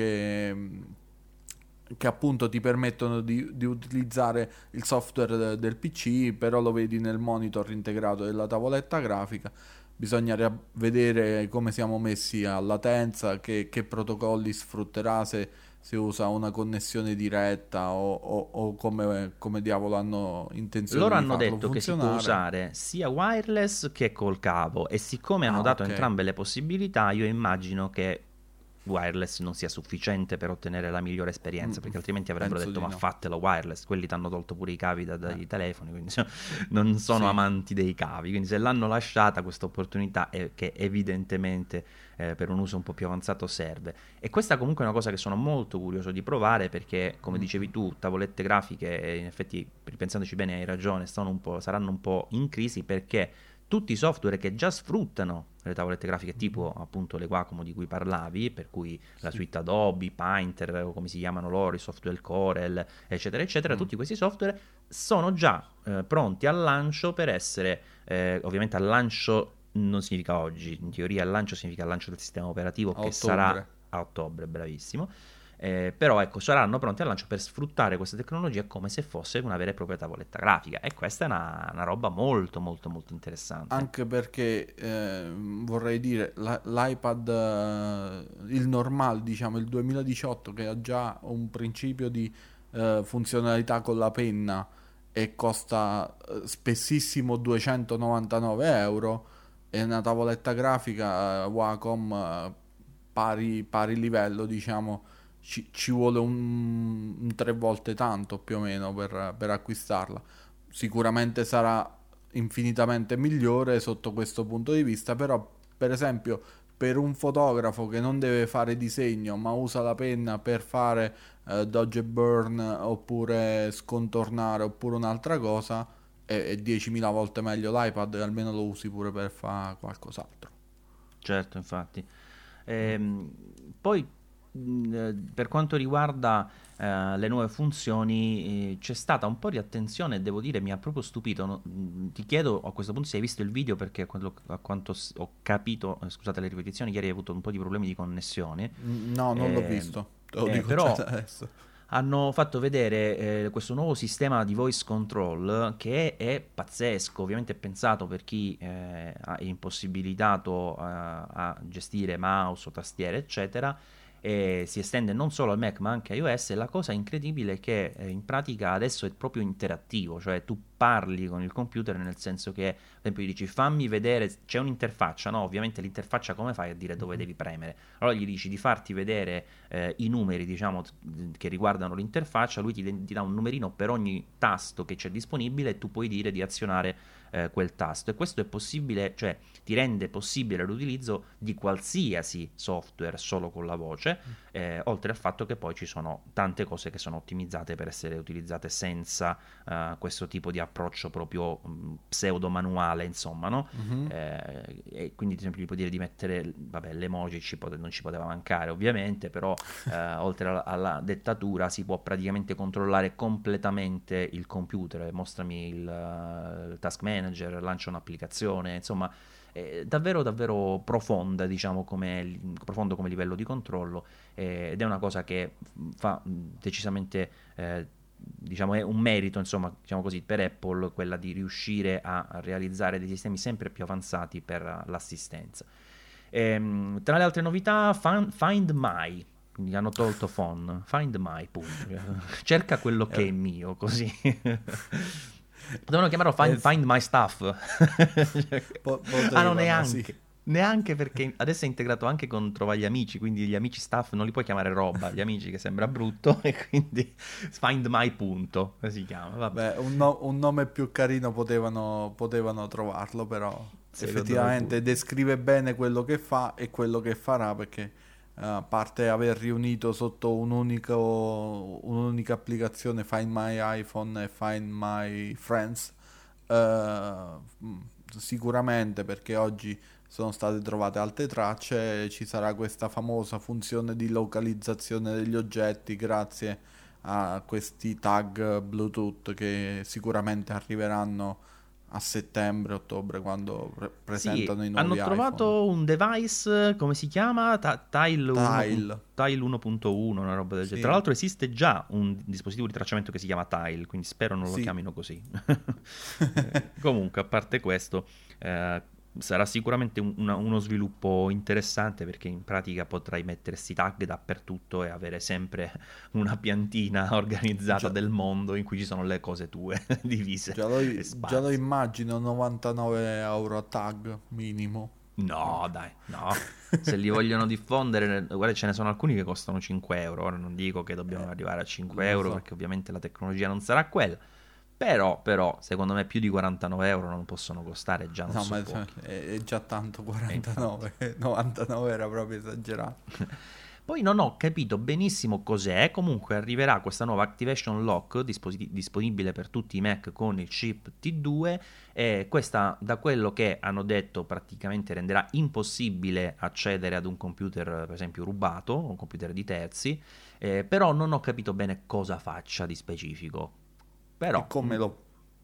B: che appunto ti permettono di utilizzare il software del PC, però lo vedi nel monitor integrato della tavoletta grafica. Bisogna vedere come siamo messi a latenza, che protocolli sfrutterà se usa una connessione diretta o come diavolo hanno intenzione
A: Loro
B: di
A: hanno
B: farlo
A: detto che si può
B: funzionare.
A: usare sia wireless che col cavo e siccome hanno
B: Ah,
A: dato
B: ok.
A: entrambe le possibilità, io immagino che wireless non sia sufficiente per ottenere la migliore esperienza, perché altrimenti avrebbero
B: Penso
A: detto
B: di
A: ma
B: no.
A: fatelo wireless, quelli ti hanno tolto pure i cavi
B: Eh,
A: dai telefoni, quindi non sono
B: sì.
A: amanti dei cavi, quindi se l'hanno lasciata questa opportunità è che evidentemente per un uso un po' più avanzato serve. E questa comunque è una cosa che sono molto curioso di provare perché, come dicevi tu, tavolette grafiche, in effetti, ripensandoci bene, hai ragione, saranno un po' in crisi perché tutti i software che già sfruttano le tavolette grafiche, tipo appunto le Wacom di cui parlavi, per cui la
B: Sì.
A: suite Adobe, Painter, o come si chiamano loro, i software Corel, eccetera, eccetera,
B: Mm.
A: tutti questi software sono già pronti al lancio per essere, ovviamente al lancio non significa oggi, in teoria al lancio significa al lancio del sistema operativo
B: A
A: che sarà
B: ottobre.
A: a ottobre, bravissimo. Però ecco, saranno pronti al lancio per sfruttare questa tecnologia come se fosse una vera e propria tavoletta grafica e questa è una roba molto molto molto interessante.
B: Anche perché vorrei dire l'iPad, il normale, diciamo il 2018, che ha già un principio di funzionalità con la penna e costa spessissimo 299 euro, e una tavoletta grafica Wacom pari livello, diciamo, ci vuole un tre volte tanto più o meno per acquistarla. Sicuramente sarà infinitamente migliore sotto questo punto di vista, però per esempio per un fotografo che non deve fare disegno ma usa la penna per fare dodge e burn oppure scontornare oppure un'altra cosa è 10.000 volte meglio l'iPad, e almeno lo usi pure per fare qualcos'altro.
A: Certo, infatti. Ehm, Poi per quanto riguarda le nuove funzioni, c'è stata un po' di attenzione e devo dire mi ha proprio stupito. Ti chiedo a questo punto se hai visto il video perché a quanto ho capito, scusate le ripetizioni, ieri hai avuto un po' di problemi di connessione.
B: No, non l'ho
A: Eh,
B: visto, te lo dico già
A: Però
B: da adesso.
A: hanno fatto vedere questo nuovo sistema di voice control che è pazzesco, ovviamente è pensato per chi è impossibilitato a gestire mouse o tastiere, eccetera, e si estende non solo al Mac ma anche a iOS. E la cosa incredibile è che in pratica adesso è proprio interattivo, cioè tu parli con il computer nel senso che, ad esempio, gli dici fammi vedere, c'è un'interfaccia, no? Ovviamente l'interfaccia come fai a dire dove
B: Mhm.
A: devi premere? Allora gli dici di farti vedere i numeri, diciamo, che riguardano l'interfaccia, lui ti dà un numerino per ogni tasto che c'è disponibile e tu puoi dire di azionare quel tasto. E questo è possibile, cioè ti rende possibile l'utilizzo di qualsiasi software solo con la voce, oltre al fatto che poi ci sono tante cose che sono ottimizzate per essere utilizzate senza questo tipo di approccio proprio pseudo manuale, insomma, no?
B: Mhm.
A: E quindi ad esempio gli puoi dire di mettere, vabbè, l'emoji non ci poteva mancare ovviamente, però oltre alla dettatura si può praticamente controllare completamente il computer. Mostrami il task manager, lancia un'applicazione, insomma è davvero davvero profonda, diciamo, profondo come livello di controllo, ed è una cosa che fa decisamente diciamo è un merito, insomma, diciamo così, per Apple, quella di riuscire a realizzare dei sistemi sempre più avanzati per l'assistenza. Tra le altre novità, Find My, quindi hanno tolto phone, Find My, punto. Cerca quello che è
B: Eh,
A: mio, così. Potevano chiamarlo
B: eh,
A: Find My Stuff. Ah, no,
B: potevano, sì.
A: neanche. Neanche perché adesso è integrato anche con Trova gli amici, quindi gli amici staff non li puoi chiamare roba, gli amici che sembra brutto, e quindi Find My punto, come si chiama, vabbè.
B: Beh, un nome più carino potevano trovarlo, però
A: Secondo me
B: effettivamente
A: pure.
B: descrive bene quello che fa e quello che farà, perché a parte aver riunito sotto un'unica applicazione Find My iPhone e Find My Friends, eh, mh, sicuramente perché oggi sono state trovate altre tracce, ci sarà questa famosa funzione di localizzazione degli oggetti grazie a questi tag Bluetooth che sicuramente arriveranno a settembre, ottobre quando
A: Sì,
B: presentano i nuovi
A: hanno
B: iPhone.
A: trovato un device, come si chiama? Tile 1.
B: Tile,
A: Tile 1.1, una roba del genere. Tra
B: sì,
A: l'altro esiste già un dispositivo di tracciamento che si chiama Tile, quindi spero non lo
B: sì.
A: chiamino così. Comunque, a parte questo, eh, sarà sicuramente uno sviluppo interessante perché in pratica potrai mettere sti tag dappertutto e avere sempre una piantina organizzata
B: Già,
A: del mondo in cui ci sono le cose tue divise e
B: già lo
A: sparse.
B: immagino 99 euro a tag minimo.
A: No, dai, no. Se li vogliono diffondere, guarda, ce ne sono alcuni che costano 5 euro. Ora non dico che dobbiamo
B: Eh,
A: arrivare a 5
B: lo
A: euro
B: so.
A: perché ovviamente la tecnologia non sarà quella. Però, secondo me più di 49 euro non possono costare, già non
B: No,
A: so
B: ma
A: pochi.
B: è già tanto
A: E infatti.
B: 49, 99 era proprio esagerato.
A: Poi non ho capito benissimo cos'è, comunque arriverà questa nuova Activation Lock disponibile per tutti i Mac con il chip T2, e questa, da quello che hanno detto, praticamente renderà impossibile accedere ad un computer per esempio rubato, un computer di terzi, però non ho capito bene cosa faccia di specifico.
B: E
A: Però,
B: come lo...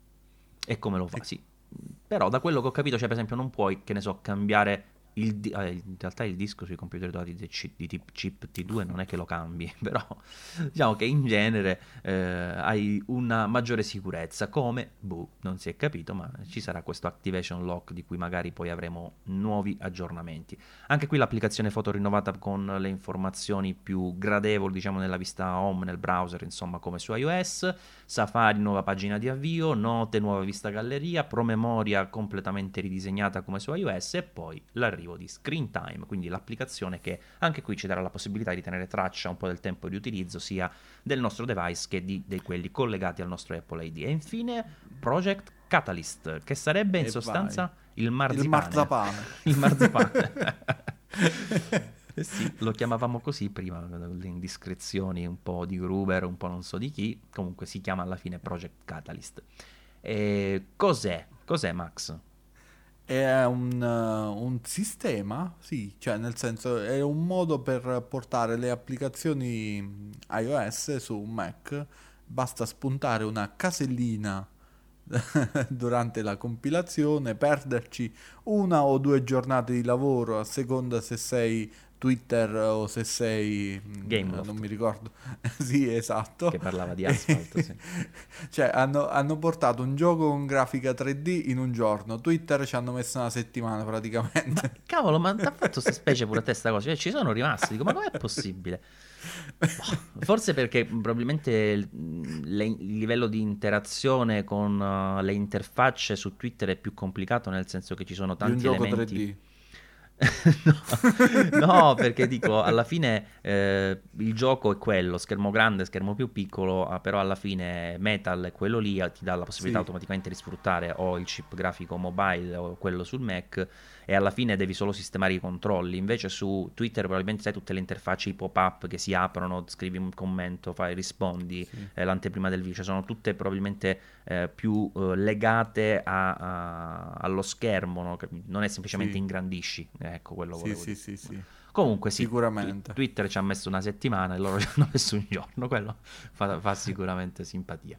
A: e come lo fa,
B: e-
A: sì. Però da quello che ho capito, cioè per esempio non puoi, che ne so, cambiare in realtà il disco sui computer dotati di chip T2 non è che lo cambi, però diciamo che in genere hai una maggiore sicurezza, come, boh, non si è capito, ma ci sarà questo Activation Lock di cui magari poi avremo nuovi aggiornamenti. Anche qui l'applicazione foto rinnovata con le informazioni più gradevoli, diciamo, nella vista home, nel browser, insomma, come su iOS. Safari, nuova pagina di avvio, note, nuova vista galleria, promemoria completamente ridisegnata come su iOS, e poi l'arrivo di Screen Time, quindi l'applicazione che anche qui ci darà la possibilità di tenere traccia un po' del tempo di utilizzo sia del nostro device che di quelli collegati al nostro Apple ID. E infine Project Catalyst, che sarebbe in
B: E vai.
A: sostanza il
B: Il
A: marzipane.
B: marzapane.
A: Il marzipane. Eh sì, lo chiamavamo così prima, le indiscrezioni un po' di Gruber, un po' non so di chi, comunque si chiama alla fine Project Catalyst. E cos'è? Cos'è Max?
B: È un sistema, sì, cioè nel senso è un modo per portare le applicazioni iOS su un Mac. Basta spuntare una casellina durante la compilazione, perderci 1 o 2 giornate di lavoro a seconda se sei Twitter o se sei, non
A: Gameloft,
B: mi ricordo. Sì,
A: che
B: esatto.
A: parlava di
B: E-
A: Asphalt, sì.
B: Cioè, hanno portato un gioco con grafica 3D in un giorno. Twitter ci hanno messo una settimana
A: Ma
B: praticamente.
A: cavolo, ma t'ha fatto sta specie pure a te sta cosa? Cioè, ci sono rimasti, dico, ma com'è possibile? Boh, forse perché probabilmente il livello di interazione con le interfacce su Twitter è più complicato, nel senso che ci sono
B: Di un
A: tanti
B: gioco
A: elementi.
B: 3D.
A: No, no, perché dico, alla fine il gioco è quello, schermo grande, schermo più piccolo, però alla fine Metal è quello lì, ti dà la possibilità
B: Sì,
A: automaticamente di sfruttare o il chip grafico mobile o quello sul Mac e alla fine devi solo sistemare i controlli. Invece su Twitter probabilmente sai tutte le interfacce, i pop-up che si aprono, scrivi un commento, fai, rispondi,
B: sì,
A: l'anteprima del video, cioè sono tutte probabilmente più legate allo schermo, no? Non è semplicemente
B: sì,
A: ingrandisci, ecco quello
B: sì,
A: volevo
B: sì,
A: dire.
B: sì, sì,
A: Comunque sì,
B: sicuramente.
A: Twitter ci ha messo una settimana e loro ci hanno messo un giorno, quello fa sicuramente simpatia.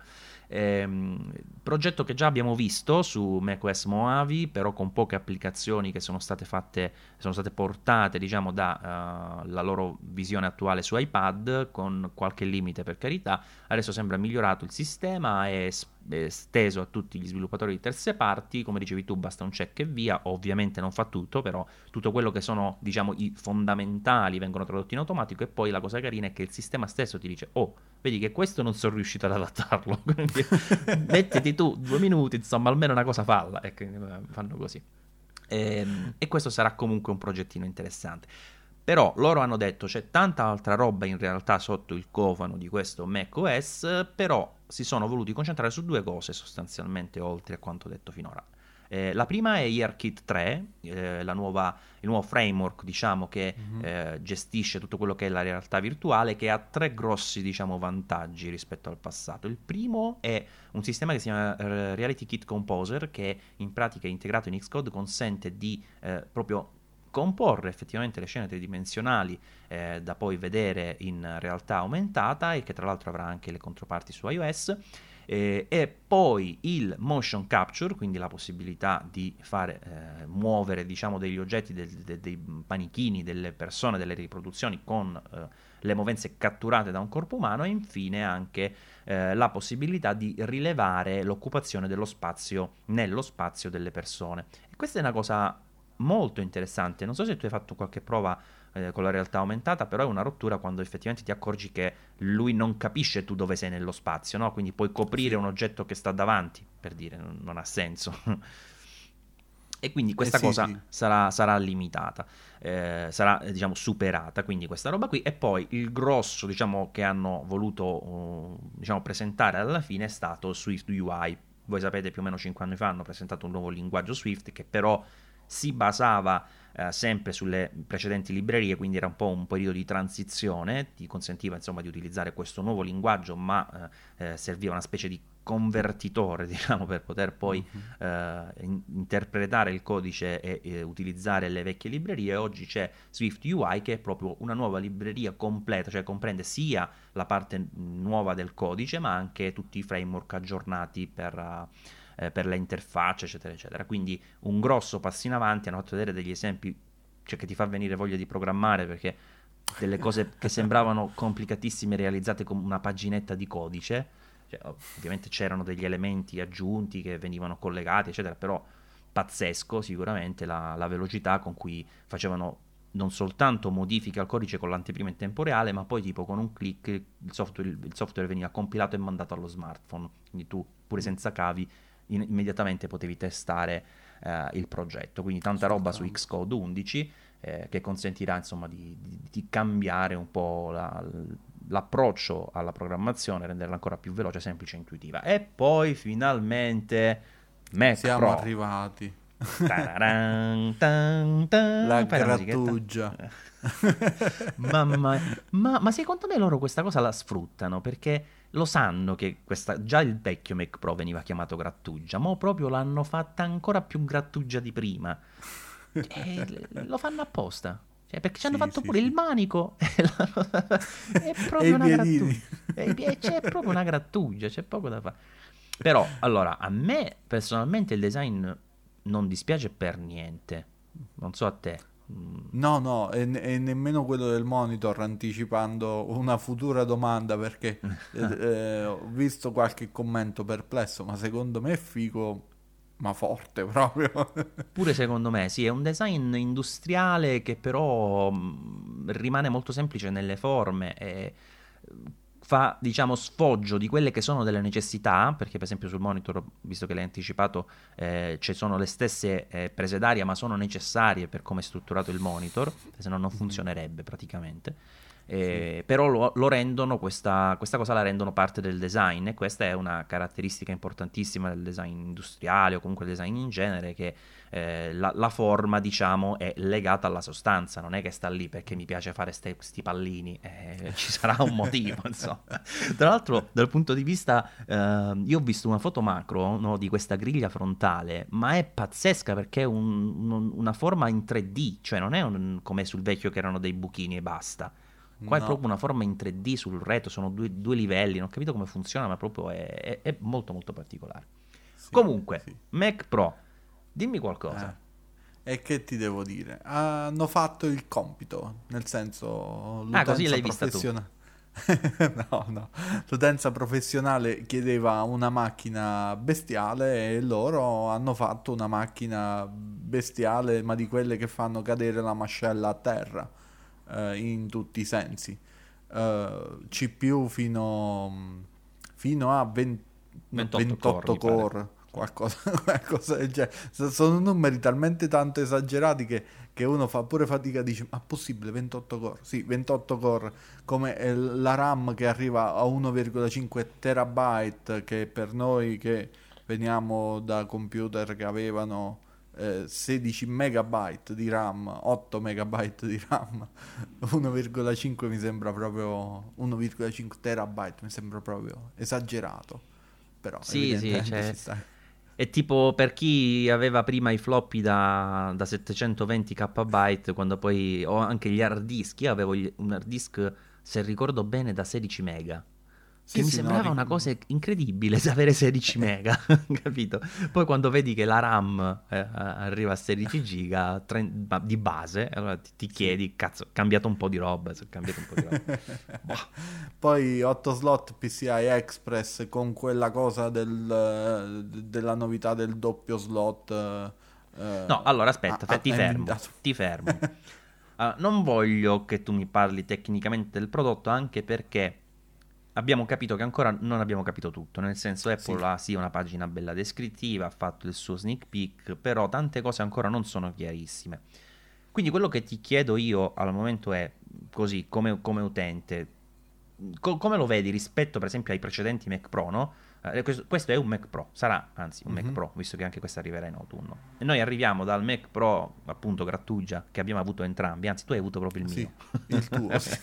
A: Progetto che già abbiamo visto su macOS Mojave, però con poche applicazioni che sono state fatte, sono state portate, diciamo, da la loro visione attuale su iPad, con qualche limite per carità. Adesso sembra migliorato il sistema, è esteso a tutti gli sviluppatori di terze parti, come dicevi tu, basta un check e via. Ovviamente non fa tutto, però tutto quello che sono, diciamo, i fondamentali vengono tradotti in automatico e poi la cosa carina è che il sistema stesso ti dice: "Oh, vedi che questo non sono riuscito ad adattarlo". Quindi mettiti tu 2 minuti, insomma, almeno una cosa falla. E quindi fanno così. E questo sarà comunque un progettino interessante. Però loro hanno detto c'è tanta altra roba in realtà sotto il cofano di questo macOS, però si sono voluti concentrare su due cose sostanzialmente oltre a quanto detto finora. La prima è EarKit 3, il nuovo framework diciamo, che
B: Mhm.
A: gestisce tutto quello che è la realtà virtuale, che ha tre grossi diciamo, vantaggi rispetto al passato. Il primo è un sistema che si chiama Reality Kit Composer, che in pratica è integrato in Xcode, consente di proprio comporre effettivamente le scene tridimensionali da poi vedere in realtà aumentata e che tra l'altro avrà anche le controparti su iOS. E poi il motion capture, quindi la possibilità di fare muovere diciamo degli oggetti, dei panichini, delle persone, delle riproduzioni con le movenze catturate da un corpo umano e infine anche la possibilità di rilevare l'occupazione dello spazio nello spazio delle persone. E questa è una cosa molto interessante. Non so se tu hai fatto qualche prova con la realtà aumentata, però è una rottura quando effettivamente ti accorgi che lui non capisce tu dove sei nello spazio, no? Quindi puoi coprire
B: Sì,
A: un oggetto che sta davanti, per dire, non ha senso. E quindi questa
B: sì,
A: cosa
B: sì.
A: sarà limitata, sarà diciamo superata, quindi questa roba qui. E poi il grosso diciamo che hanno voluto diciamo, presentare alla fine è stato Swift UI. Voi sapete più o meno 5 anni fa hanno presentato un nuovo linguaggio Swift che però si basava sempre sulle precedenti librerie, quindi era un po' un periodo di transizione, ti consentiva insomma di utilizzare questo nuovo linguaggio, ma serviva una specie di convertitore, diciamo, per poter poi
B: Mhm.
A: interpretare il codice e utilizzare le vecchie librerie. Oggi c'è Swift UI che è proprio una nuova libreria completa, cioè comprende sia la parte nuova del codice ma anche tutti i framework aggiornati per le interfacce eccetera eccetera, quindi un grosso passo in avanti. Hanno fatto vedere degli esempi, cioè, che ti fa venire voglia di programmare perché delle cose che sembravano complicatissime realizzate con una paginetta di codice. Cioè, ovviamente c'erano degli elementi aggiunti che venivano collegati, eccetera, però pazzesco sicuramente la velocità con cui facevano non soltanto modifiche al codice con l'anteprima in tempo reale, ma poi tipo con un click il software veniva compilato e mandato allo smartphone, quindi tu pure senza cavi immediatamente potevi testare il progetto, quindi tanta roba su
B: Soltanto.
A: Xcode 11 che consentirà insomma di cambiare un po' l'approccio alla programmazione, renderla ancora più veloce, semplice e intuitiva. E poi finalmente Mac
B: Siamo
A: Pro.
B: arrivati.
A: Tararan,
B: La
A: fai la musichetta.
B: grattugia.
A: Mamma, ma secondo me loro questa cosa la sfruttano perché lo sanno che già il vecchio Mac Pro veniva chiamato grattugia, ma proprio l'hanno fatta ancora più grattugia di prima. E lo fanno apposta. Cioè, perché ci hanno
B: Sì,
A: fatto
B: sì,
A: pure il
B: sì.
A: manico. È
B: E
A: proprio
B: i
A: una
B: piedini.
A: grattugia. C'è proprio una grattugia, c'è poco da fare. Però, allora, a me personalmente il design non dispiace per niente. Non so a te.
B: No, no, e nemmeno quello del monitor, anticipando una futura domanda, perché ho visto qualche commento perplesso, ma secondo me è figo, ma forte proprio.
A: Pure secondo me, sì, è un design industriale che però rimane molto semplice nelle forme e fa, diciamo, sfoggio di quelle che sono delle necessità, perché per esempio sul monitor, visto che l'hai anticipato, ci sono le stesse prese d'aria, ma sono necessarie per come è strutturato il monitor, se no non
B: Mhm.
A: funzionerebbe praticamente.
B: Sì,
A: Però lo rendono, questa cosa la rendono parte del design e questa è una caratteristica importantissima del design industriale o comunque del design in genere che la forma, diciamo, è legata alla sostanza, non è che sta lì perché mi piace fare sti pallini, ci sarà un motivo, insomma. Tra l'altro, dal punto di vista, io ho visto una foto macro, no, di questa griglia frontale, ma è pazzesca perché è una forma in 3D, cioè non è come sul vecchio che erano dei buchini e basta. Qua è
B: no,
A: proprio una forma in 3D sul retro, sono due livelli, non ho capito come funziona, ma proprio è molto molto particolare.
B: sì,
A: Comunque,
B: sì.
A: Mac Pro, dimmi
B: Eh.
A: qualcosa.
B: E che ti devo dire? Hanno fatto il compito, nel senso
A: Ah, così
B: l'utenza
A: l'hai vista tu.
B: professionale. No, no, l'utenza professionale chiedeva una macchina bestiale e loro hanno fatto una macchina bestiale, ma di quelle che fanno cadere la mascella a terra, in tutti i sensi. CPU fino a
A: 28 core,
B: 28
A: mi pare.
B: core, qualcosa, qualcosa del genere. Sono numeri talmente tanto esagerati che uno fa pure fatica, dice, ma possibile 28 core? Sì, 28 core, come la RAM che arriva a 1,5 terabyte, che per noi che veniamo da computer che avevano 16 megabyte di RAM, 8 megabyte di RAM, 1,5 mi sembra proprio 1,5 terabyte mi sembra proprio esagerato, però
A: Sì, sì,
B: evidentemente ci sta.
A: è tipo per chi aveva prima i floppy da 720 KB, quando poi ho anche gli hard disk, io avevo un hard disk, se ricordo bene, da 16 mega. Che
B: Sì,
A: mi
B: sì, no,
A: sembrava una cosa incredibile sapere 16 mega, capito? Poi quando vedi che la RAM arriva a 16 giga ma di base, allora ti
B: sì.
A: chiedi, cazzo, è cambiato un po' di roba, è cambiato un po' di roba. Boh.
B: Poi 8 slot PCI Express con quella cosa della novità del doppio slot,
A: No, allora aspetta, ti
B: ha
A: fermo,
B: inventato.
A: ti fermo. Non voglio che tu mi parli tecnicamente del prodotto, anche perché abbiamo capito che ancora non abbiamo capito tutto. Nel senso,
B: Sì,
A: Apple ha sì una pagina bella descrittiva, ha fatto il suo sneak peek, però tante cose ancora non sono chiarissime. Quindi quello che ti chiedo io al momento è, così, come utente, come lo vedi rispetto per esempio ai precedenti Mac Pro, no? Questo è un Mac Pro, sarà anzi un Mac
B: mhm,
A: Pro, visto che anche questo arriverà in autunno. E noi arriviamo dal Mac Pro, appunto, grattugia, che abbiamo avuto entrambi, anzi tu hai avuto proprio il
B: sì,
A: mio.
B: il tuo, sì.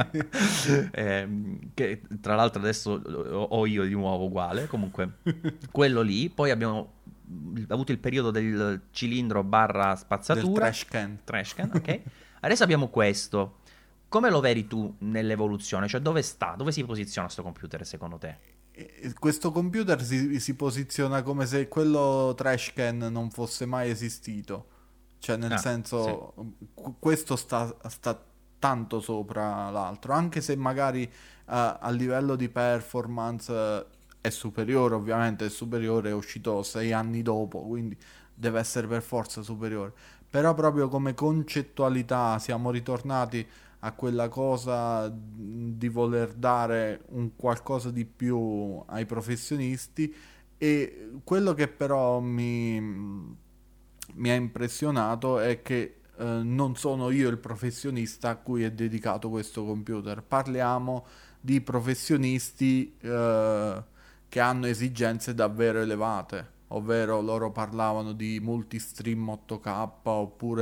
A: Che tra l'altro adesso ho io di nuovo uguale, comunque quello lì, poi abbiamo avuto il periodo del cilindro barra
B: Del
A: spazzatura,
B: trash can.
A: trash can, ok? Adesso abbiamo questo. Come lo vedi tu nell'evoluzione? Cioè dove sta? Dove si posiziona sto computer secondo te?
B: E questo computer si posiziona come se quello trash can non fosse mai esistito. Cioè, nel
A: Ah, sì.
B: senso, questo sta tanto sopra l'altro, anche se magari a livello di performance è superiore, ovviamente è superiore, è uscito 6 anni dopo, quindi deve essere per forza superiore. Però proprio come concettualità siamo ritornati a quella cosa di voler dare un qualcosa di più ai professionisti, e quello che però mi ha impressionato è che non sono io il professionista a cui è dedicato questo computer. Parliamo di professionisti che hanno esigenze davvero elevate, ovvero loro parlavano di multistream 8K, oppure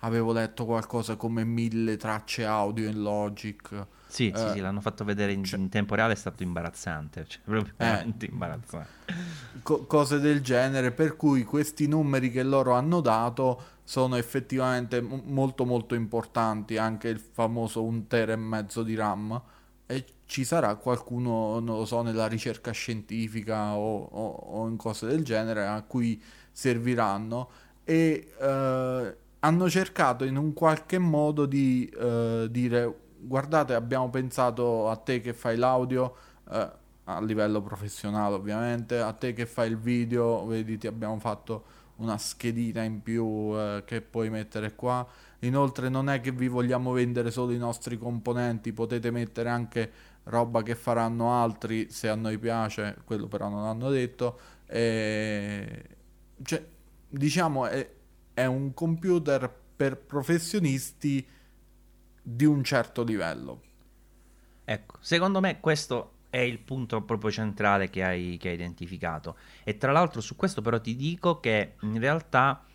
B: avevo letto qualcosa come 1000 tracce audio in Logic.
A: Sì, sì,
B: Eh,
A: sì, l'hanno fatto vedere
B: cioè,
A: in tempo reale, è stato imbarazzante, cioè, proprio
B: eh,
A: veramente imbarazzante.
B: cose del genere, per cui questi numeri che loro hanno dato sono effettivamente molto molto importanti, anche il famoso 1,5 TB di RAM, e ci sarà qualcuno, non lo so, nella ricerca scientifica o in cose del genere a cui serviranno e hanno cercato in un qualche modo di dire guardate, abbiamo pensato a te che fai l'audio, a livello professionale ovviamente, a te che fai il video, vedi, ti abbiamo fatto una schedina in più che puoi mettere qua. Inoltre non è che vi vogliamo vendere solo i nostri componenti, potete mettere anche roba che faranno altri se a noi piace, quello però non hanno detto. E... Cioè, diciamo è un computer per professionisti di un certo livello.
A: Ecco, secondo me questo è il punto proprio centrale che hai identificato. E tra l'altro su questo però ti dico che in realtà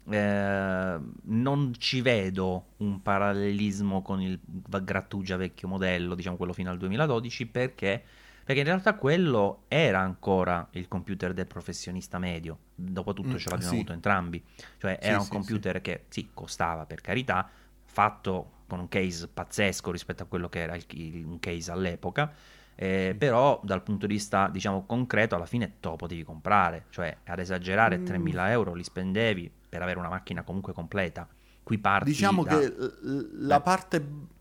A: non ci vedo un parallelismo con il Grattugia vecchio modello, diciamo quello fino al 2012, perché in realtà quello era ancora il computer del professionista medio. Dopotutto ce l'abbiamo
B: Sì,
A: avuto entrambi. Cioè era
B: sì,
A: un
B: sì, sì.
A: computer che sì, costava per carità, fatto con un case pazzesco rispetto a quello che era un case all'epoca,
B: Sì.
A: però dal punto di vista, diciamo, concreto, alla fine te lo potevi comprare, cioè ad esagerare
B: Mm,
A: 3.000 euro li spendevi per avere una macchina comunque completa. Qui parti
B: diciamo che
A: da...
B: la
A: eh,
B: parte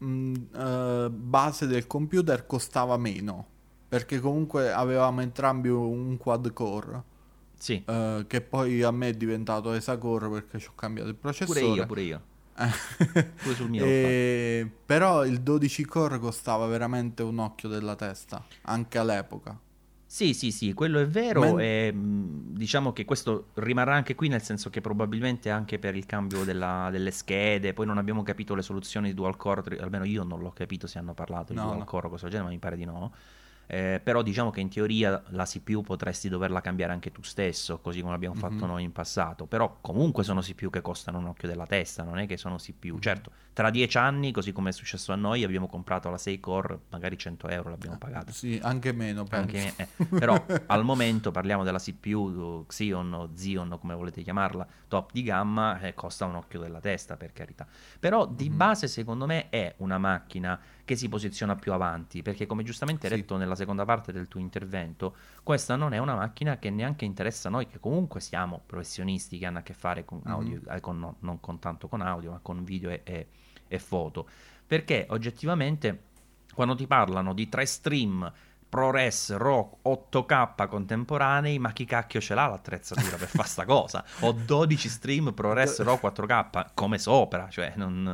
B: base del computer costava meno, perché comunque avevamo entrambi un quad core,
A: sì,
B: che poi a me è diventato hexacore perché ci ho cambiato il processore.
A: pure io,
B: Eh,
A: pure sul mio l'ho fatto.
B: però il 12 core costava veramente un occhio della testa, anche all'epoca.
A: Sì, sì, sì, quello è vero
B: Men-
A: e diciamo che questo rimarrà anche qui nel senso che probabilmente anche per il cambio delle schede, poi non abbiamo capito le soluzioni di dual core, almeno io non l'ho capito se hanno parlato di
B: no,
A: dual
B: no.
A: core o cosa del genere, ma mi pare di no. Però diciamo che in teoria la CPU potresti doverla cambiare anche tu stesso, così come abbiamo fatto
B: Mhm,
A: noi in passato. Però comunque sono CPU che costano un occhio della testa, non è che sono CPU.
B: mhm.
A: Certo, tra 10 anni, così come è successo a noi, abbiamo comprato la 6 core, magari 100 euro l'abbiamo pagata.
B: Sì, anche meno, penso.
A: Però al momento parliamo della CPU Xeon o Xeon, come volete chiamarla, top di gamma, costa un occhio della testa, per carità. Però di
B: Mhm,
A: base secondo me è una macchina che si posiziona più avanti, perché come giustamente hai
B: sì.
A: detto nella seconda parte del tuo intervento, questa non è una macchina che neanche interessa a noi, che comunque siamo professionisti che hanno a che fare con
B: Mhm,
A: audio, non con tanto con audio, ma con video e foto. Perché oggettivamente quando ti parlano di 3 stream ProRes RAW 8K contemporanei, ma chi cacchio ce l'ha l'attrezzatura per fare sta cosa? Ho 12 stream ProRes RAW 4K come sopra, cioè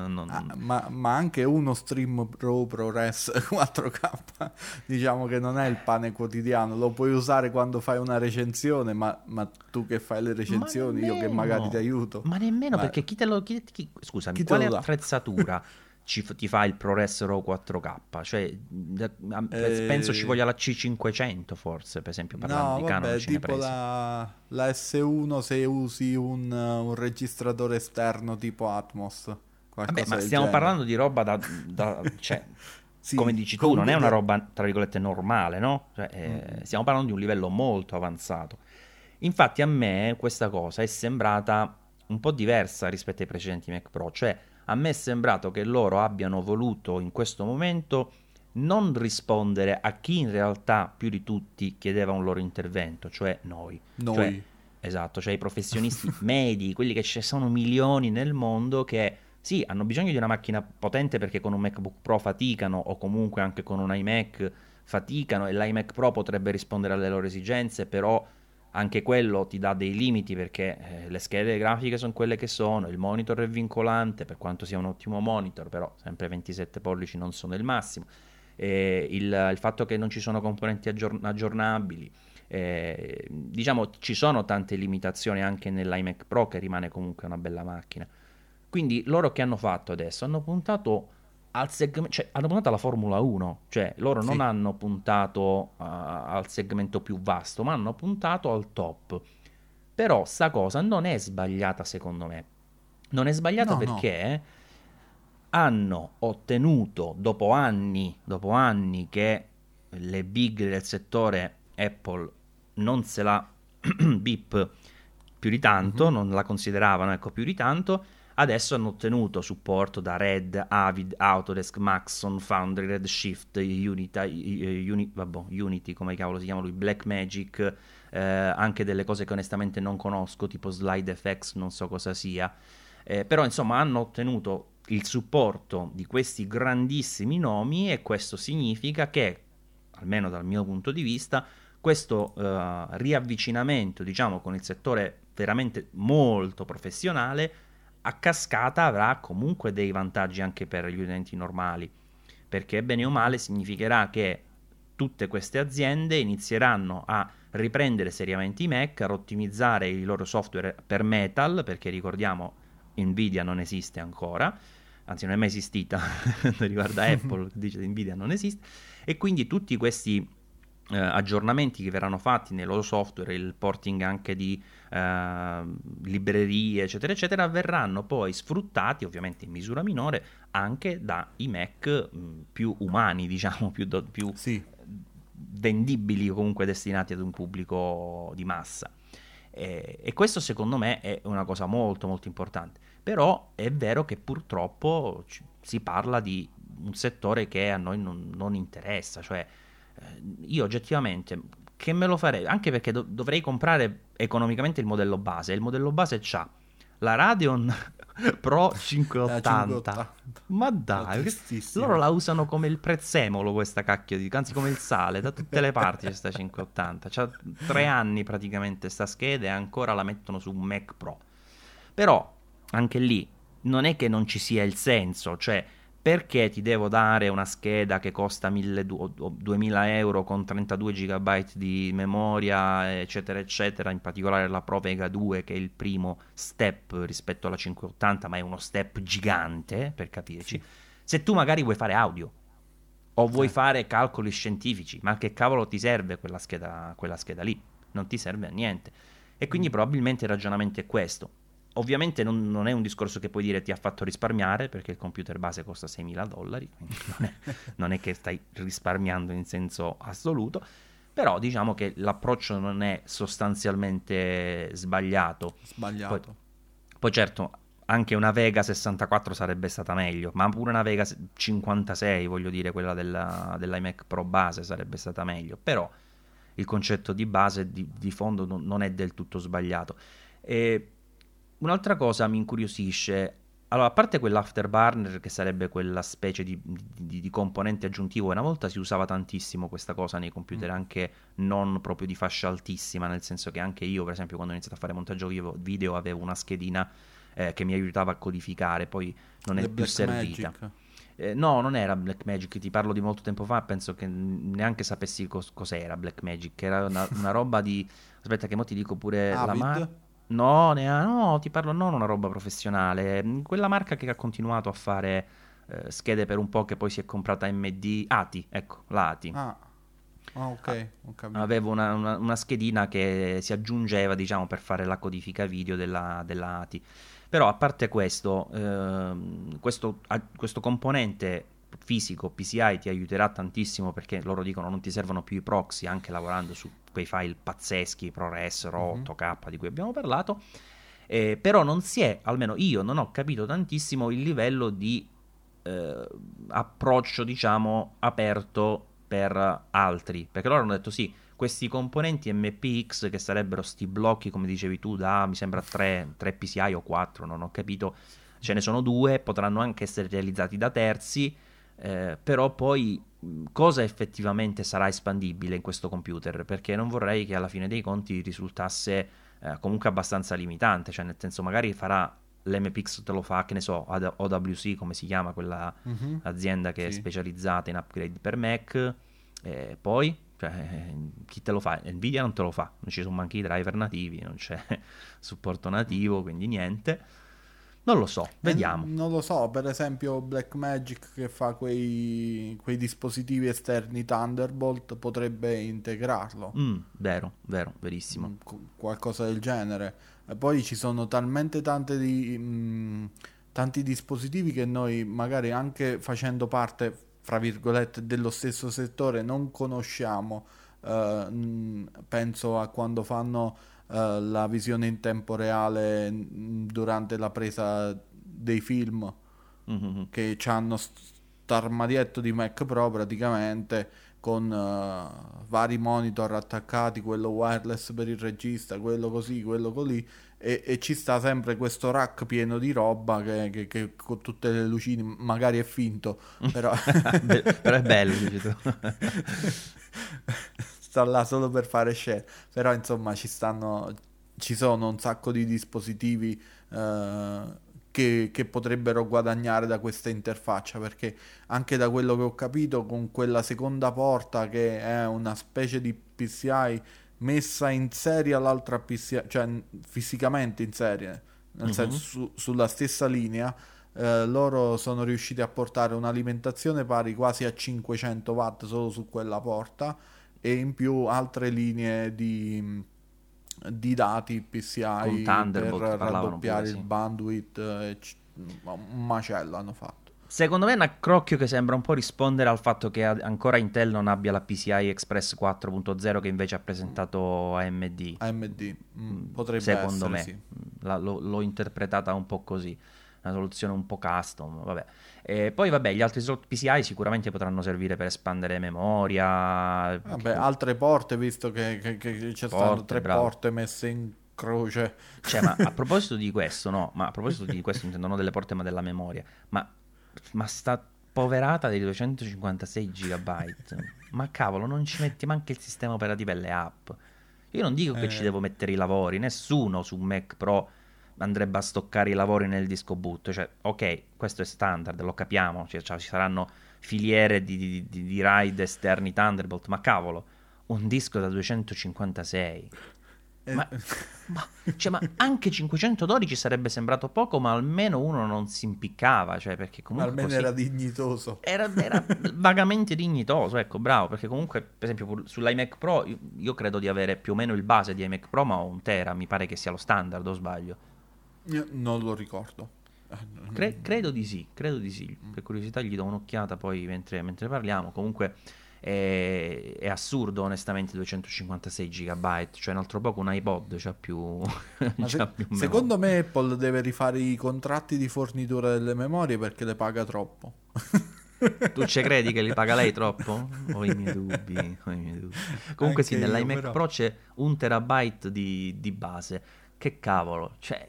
B: ma anche uno stream Pro ProRes 4K, diciamo che non è il pane quotidiano, lo puoi usare quando fai una recensione, ma tu che fai le
A: Ma
B: recensioni, io che magari ti
A: nemmeno,
B: aiuto,
A: ma nemmeno
B: ma
A: perché scusami,
B: chi te
A: quale
B: lo dà?
A: attrezzatura ti fa il ProRes RAW 4K? Cioè, penso ci voglia la C500 forse, per esempio, parlando
B: No,
A: di Canon
B: vabbè, tipo
A: cineprese.
B: la S1 se usi un registratore esterno tipo Atmos,
A: Vabbè,
B: qualcosa
A: ma
B: del
A: stiamo
B: genere.
A: parlando di roba cioè, come
B: Sì,
A: dici tu, non è una
B: comunque
A: roba, tra virgolette, normale, no? Cioè,
B: mm,
A: stiamo parlando di un livello molto avanzato. Infatti a me questa cosa è sembrata un po' diversa rispetto ai precedenti Mac Pro, cioè a me è sembrato che loro abbiano voluto in questo momento non rispondere a chi in realtà più di tutti chiedeva un loro intervento, cioè noi. Cioè,
B: noi.
A: esatto, cioè i professionisti medi, quelli che ci sono milioni nel mondo che sì, hanno bisogno di una macchina potente perché con un MacBook Pro faticano o comunque anche con un iMac faticano e l'iMac Pro potrebbe rispondere alle loro esigenze, però anche quello ti dà dei limiti perché le schede grafiche sono quelle che sono, il monitor è vincolante per quanto sia un ottimo monitor, però sempre 27 pollici non sono il massimo. Il fatto che non ci sono componenti aggiornabili, diciamo ci sono tante limitazioni anche nell'iMac Pro che rimane comunque una bella macchina. Quindi loro che hanno fatto adesso? Hanno puntato cioè, hanno puntato alla Formula 1, cioè loro non
B: Sì.
A: hanno puntato al segmento più vasto, ma hanno puntato al top. Però sta cosa non è sbagliata secondo me, Non è sbagliata
B: No, no.
A: perché hanno ottenuto, dopo anni che le big del settore Apple non se la BIP più di tanto,
B: Mhm.
A: non la consideravano, ecco, più di tanto, adesso hanno ottenuto supporto da Red, Avid, Autodesk, Maxon, Foundry, Redshift, Unity, come cavolo si chiama lui, Blackmagic, anche delle cose che onestamente non conosco, tipo SlideFX, non so cosa sia. Però insomma hanno ottenuto il supporto di questi grandissimi nomi e questo significa che, almeno dal mio punto di vista, questo riavvicinamento, diciamo, con il settore veramente molto professionale, a cascata avrà comunque dei vantaggi anche per gli utenti normali, perché bene o
B: Mhm.
A: male significherà che tutte queste aziende inizieranno a riprendere seriamente i Mac, a ottimizzare il loro software per Metal, perché ricordiamo Nvidia non esiste ancora, anzi non è mai esistita, riguarda Apple, dice che Nvidia non esiste, e quindi tutti questi aggiornamenti che verranno fatti nei loro software, il porting anche di librerie, eccetera, eccetera, verranno poi sfruttati, ovviamente in misura minore, anche dai Mac più umani, diciamo, più
B: Sì.
A: vendibili o comunque destinati ad un pubblico di massa. E questo secondo me è una cosa molto molto importante. Però è vero che purtroppo si parla di un settore che a noi non interessa, cioè io oggettivamente che me lo farei, anche perché dovrei comprare economicamente il modello base, e il modello base c'ha la Radeon Pro
B: La
A: 580,
B: 580.
A: ma
B: È
A: dai, loro
B: tristissima.
A: la usano come il prezzemolo questa cacchio di, anzi come il sale, da tutte le parti c'è sta 580, c'ha 3 anni praticamente sta scheda e ancora la mettono su un Mac Pro. Però anche lì non è che non ci sia il senso, cioè perché ti devo dare una scheda che costa 1200 o 2000 euro con 32 GB di memoria, eccetera, eccetera, in particolare la Pro Vega 2 che è il primo step rispetto alla 580, ma è uno step gigante, per capirci.
B: Sì.
A: Se tu magari vuoi fare audio o vuoi
B: Eh.
A: fare calcoli scientifici, ma che cavolo ti serve quella scheda lì? Non ti serve a niente. E quindi
B: Mm.
A: probabilmente il ragionamento è questo. Ovviamente non è un discorso che puoi dire ti ha fatto risparmiare, perché il computer base costa 6.000 dollari, quindi non è che stai risparmiando in senso assoluto, però diciamo che l'approccio non è sostanzialmente sbagliato. Poi,
B: Sbagliato.
A: poi certo, anche una Vega 64 sarebbe stata meglio, ma pure una Vega 56, voglio dire, quella dell'iMac Pro base sarebbe stata meglio, però il concetto di base, di fondo, non è del tutto sbagliato. E un'altra cosa mi incuriosisce, allora, a parte quell'afterburner che sarebbe quella specie di componente aggiuntivo, una volta si usava tantissimo questa cosa nei
B: Mm.
A: computer anche non proprio di fascia altissima, nel senso che anche io, per esempio, quando ho iniziato a fare montaggio video avevo una schedina che mi aiutava a codificare, poi non è
B: Le
A: più
B: Black
A: servita.
B: Magic.
A: No, non era Blackmagic, ti parlo di molto tempo fa, penso che neanche sapessi cos'era Blackmagic, era una roba di... Aspetta che mo ti dico pure la
B: Avid.
A: marca. No, no, ti parlo non una roba professionale, quella marca che ha continuato a fare schede per un po' che poi si è comprata AMD, ATI, ecco, la ATI.
B: Ah, ah, ok,
A: Ah,
B: ho capito.
A: avevo una schedina che si aggiungeva, diciamo, per fare la codifica video della ATI. Però a parte questo, questo componente fisico PCI ti aiuterà tantissimo perché loro dicono non ti servono più i proxy anche lavorando su quei file pazzeschi ProRes, RAW,
B: Mhm.
A: 8K di cui abbiamo parlato. Però non si è, almeno io non ho capito tantissimo il livello di eh, approccio, diciamo, aperto per altri, perché loro hanno detto sì, questi componenti MPX che sarebbero sti blocchi, come dicevi tu, da mi sembra 3 PCI o 4, non ho capito, ce ne sono 2, potranno anche essere realizzati da terzi, però poi cosa effettivamente sarà espandibile in questo computer? Perché non vorrei che alla fine dei conti risultasse comunque abbastanza limitante, cioè nel senso magari farà l'MPX te lo fa, che ne so, OWC come si chiama quella
B: Mhm.
A: azienda che è
B: Sì.
A: specializzata in upgrade per Mac, poi cioè, chi te lo fa? Nvidia non te lo fa, non ci sono manchi i driver nativi, non c'è supporto nativo, quindi niente. Non lo so,
B: E
A: vediamo.
B: non lo so, per esempio Blackmagic che fa quei dispositivi esterni Thunderbolt potrebbe integrarlo.
A: Vero, vero, verissimo.
B: Qualcosa del genere. E poi ci sono talmente tanti dispositivi che noi magari anche facendo parte, fra virgolette, dello stesso settore non conosciamo. Penso a quando fanno la visione in tempo reale durante la presa dei film,
A: Mhm.
B: che hanno st'armadietto di Mac Pro praticamente con vari monitor attaccati, quello wireless per il regista, quello così, quello così, e ci sta sempre questo rack pieno di roba che con tutte le lucine, magari è finto, però
A: Però è bello, dici tu.
B: sta là solo per fare share. Però insomma ci sono un sacco di dispositivi che potrebbero guadagnare da questa interfaccia, perché anche da quello che ho capito, con quella seconda porta che è una specie di PCI messa in serie all'altra PCI, cioè fisicamente in serie, nel senso
A: Mhm.
B: sulla stessa linea, loro sono riusciti a portare un'alimentazione pari quasi a 500 watt solo su quella porta, e in più altre linee di dati
A: Con
B: PCI per
A: Thunderbolt parlavano pure,
B: raddoppiare il
A: sì.
B: bandwidth, un macello hanno fatto.
A: Secondo me è un accrocchio che sembra un po' rispondere al fatto che ancora Intel non abbia la PCI Express 4.0 che invece ha presentato AMD.
B: AMD, potrebbe
A: Secondo
B: essere,
A: me.
B: sì.
A: L'ho interpretata un po' così, una soluzione un po' custom, vabbè. E poi vabbè, gli altri slot PCI sicuramente potranno servire per espandere memoria,
B: Vabbè, altre porte, visto che ci stanno
A: porte,
B: tre
A: bravo.
B: porte messe in croce.
A: Cioè, ma a proposito di questo, no, ma a proposito di questo intendo non delle porte ma della memoria, ma sta poverata dei 256 gigabyte, ma cavolo, non ci metti manche il sistema operativo e le app. Io non dico che ci
B: Eh,
A: devo mettere i lavori, nessuno su Mac Pro andrebbe a stoccare i lavori nel disco boot, cioè, ok, questo è standard, lo capiamo, cioè, ci saranno filiere di RAID esterni Thunderbolt, ma cavolo, un disco da 256.
B: eh,
A: Ma, cioè, ma anche 512 sarebbe sembrato poco, ma almeno uno non si impiccava, cioè, perché comunque
B: almeno
A: così
B: era dignitoso.
A: era vagamente dignitoso, ecco, bravo, perché comunque, per esempio, sull'iMac Pro, io credo di avere più o meno il base di iMac Pro, ma ho un tera, mi pare che sia lo standard, o sbaglio?
B: Io non lo ricordo.
A: Credo di sì, per curiosità gli do un'occhiata poi mentre parliamo, comunque è assurdo onestamente 256 GB, cioè un altro poco un iPod c'ha più,
B: Ma
A: c'ha più memoria.
B: secondo me Apple deve rifare i contratti di fornitura delle memorie perché le paga troppo.
A: Tu ci credi che li paga lei troppo? Ho i miei dubbi, ho i miei dubbi. Comunque
B: Anche
A: sì,
B: io,
A: nell'iMac
B: però.
A: Pro c'è un terabyte di base. Che cavolo, cioè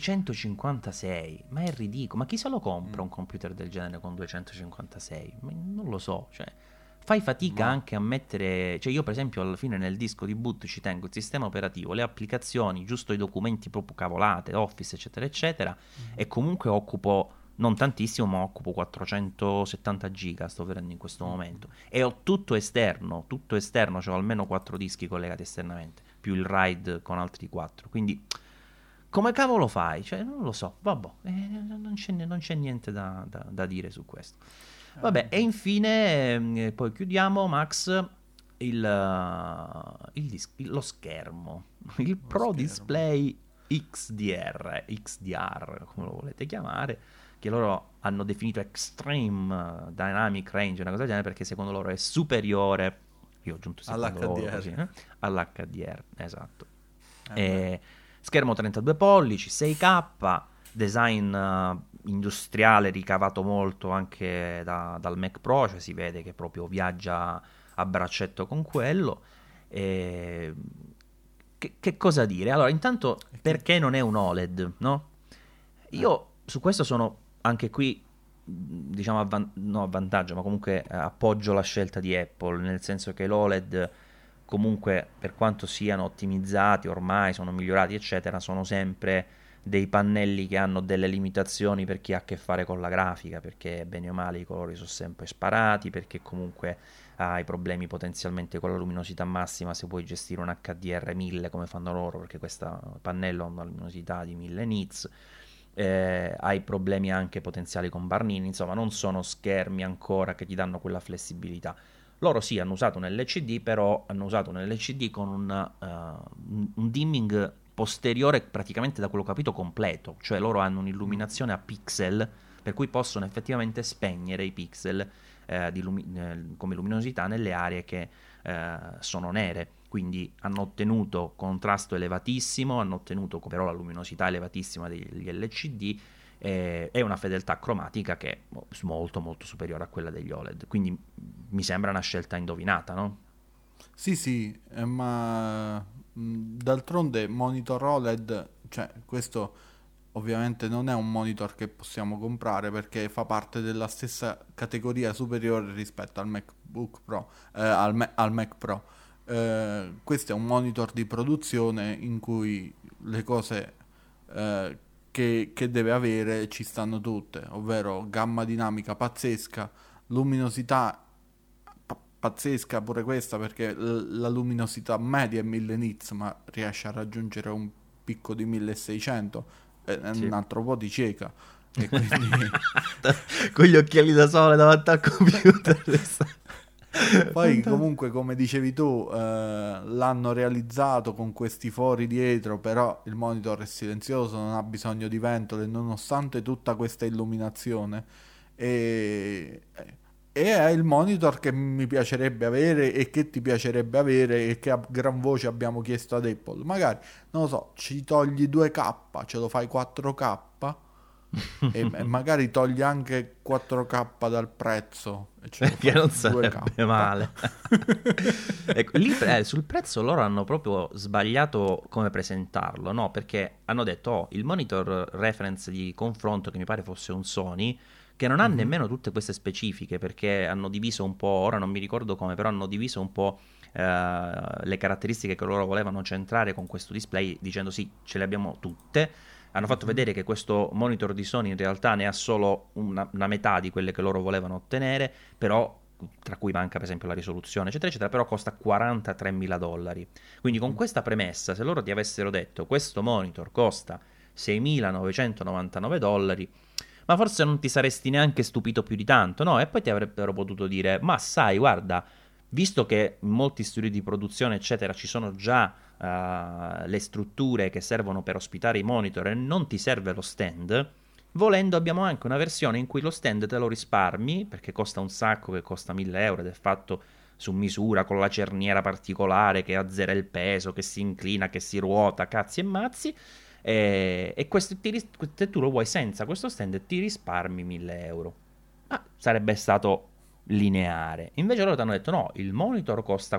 A: 256, ma è ridicolo. Ma chi se lo compra
B: Mm,
A: un computer del genere con 256? Ma non lo so, cioè fai fatica
B: ma
A: anche a mettere, cioè io per esempio alla fine nel disco di boot ci tengo il sistema operativo, le applicazioni, giusto i documenti proprio cavolate, Office eccetera eccetera, e comunque occupo non tantissimo, ma occupo 470 giga, sto vedendo in questo momento. E ho tutto esterno, ho almeno 4 dischi collegati esternamente, più il RAID con altri 4. Quindi, come cavolo fai? Cioè, non lo so, vabbè, non c'è niente da dire su questo. Vabbè, e infine, poi chiudiamo, Max, lo schermo, il
B: lo
A: Pro
B: schermo.
A: Display XDR, come lo volete chiamare, che loro hanno definito Extreme Dynamic Range, una cosa del genere, perché secondo loro è superiore, io ho aggiunto secondo loro così,
B: All'HDR.
A: all'HDR, esatto.
B: Beh.
A: E schermo 32 pollici, 6K, design industriale ricavato molto anche dal Mac Pro, cioè si vede che proprio viaggia a braccetto con quello. E che cosa dire? Allora, intanto,
B: E che...
A: perché non è un OLED, no?
B: eh,
A: Io su questo sono anche qui, diciamo, no, a vantaggio, ma comunque appoggio la scelta di Apple, nel senso che l'OLED, comunque, per quanto siano ottimizzati, ormai sono migliorati, eccetera, sono sempre dei pannelli che hanno delle limitazioni per chi ha a che fare con la grafica, perché bene o male i colori sono sempre sparati, perché comunque hai problemi potenzialmente con la luminosità massima se vuoi gestire un HDR 1000 come fanno loro, perché questo pannello ha una luminosità di 1000 nits. Hai problemi anche potenziali con Barnini, insomma non sono schermi ancora che ti danno quella flessibilità. Loro sì hanno usato un LCD, però hanno usato un LCD con un dimming posteriore praticamente, da quello che ho capito, completo, cioè loro hanno un'illuminazione a pixel per cui possono effettivamente spegnere i pixel come luminosità nelle aree che sono nere, quindi hanno ottenuto contrasto elevatissimo, hanno ottenuto però la luminosità elevatissima degli LCD e una fedeltà cromatica che è molto molto superiore a quella degli OLED, quindi mi sembra una scelta indovinata, no?
B: Sì, sì, ma d'altronde monitor OLED, cioè questo ovviamente non è un monitor che possiamo comprare perché fa parte della stessa categoria superiore rispetto al MacBook Pro, al Mac Pro. Questo è un monitor di produzione in cui le cose che deve avere ci stanno tutte, ovvero gamma dinamica pazzesca, luminosità pazzesca pure questa perché la luminosità media è 1000 nits ma riesce a raggiungere un picco di 1600 e
A: Sì.
B: un altro po' di cieca e quindi
A: Con gli occhiali da sole davanti al computer.
B: poi comunque come dicevi tu l'hanno realizzato con questi fori dietro, però il monitor è silenzioso, non ha bisogno di ventole nonostante tutta questa illuminazione e, e è il monitor che mi piacerebbe avere e che ti piacerebbe avere e che a gran voce abbiamo chiesto ad Apple. Magari, non lo so, ci togli 2K, ce lo fai 4K e magari togli anche 4K dal prezzo e ce lo
A: Che
B: fai
A: non
B: 2K.
A: sarebbe male. Ecco, lì sul prezzo loro hanno proprio sbagliato come presentarlo, no? Perché hanno detto, il monitor reference di confronto, che mi pare fosse un Sony, che non ha
B: Mhm.
A: nemmeno tutte queste specifiche, perché hanno diviso un po', ora non mi ricordo come, però hanno diviso un po' le caratteristiche che loro volevano centrare con questo display, dicendo sì, ce le abbiamo tutte. Hanno fatto
B: Mhm.
A: vedere che questo monitor di Sony in realtà ne ha solo una metà di quelle che loro volevano ottenere, però tra cui manca per esempio la risoluzione, eccetera, eccetera, però costa $43.000. Quindi con
B: Mhm.
A: questa premessa, se loro ti avessero detto questo monitor costa $6.999, ma forse non ti saresti neanche stupito più di tanto, no? E poi ti avrebbero potuto dire, ma sai, guarda, visto che in molti studi di produzione, eccetera, ci sono già le strutture che servono per ospitare i monitor e non ti serve lo stand, volendo abbiamo anche una versione in cui lo stand te lo risparmi, perché costa un sacco, che costa 1.000 € ed è fatto su misura, con la cerniera particolare che azzera il peso, che si inclina, che si ruota, cazzi e mazzi. E questo se tu lo vuoi senza questo stand ti risparmi 1.000 €. Ma sarebbe stato lineare. Invece loro ti hanno detto no, il monitor costa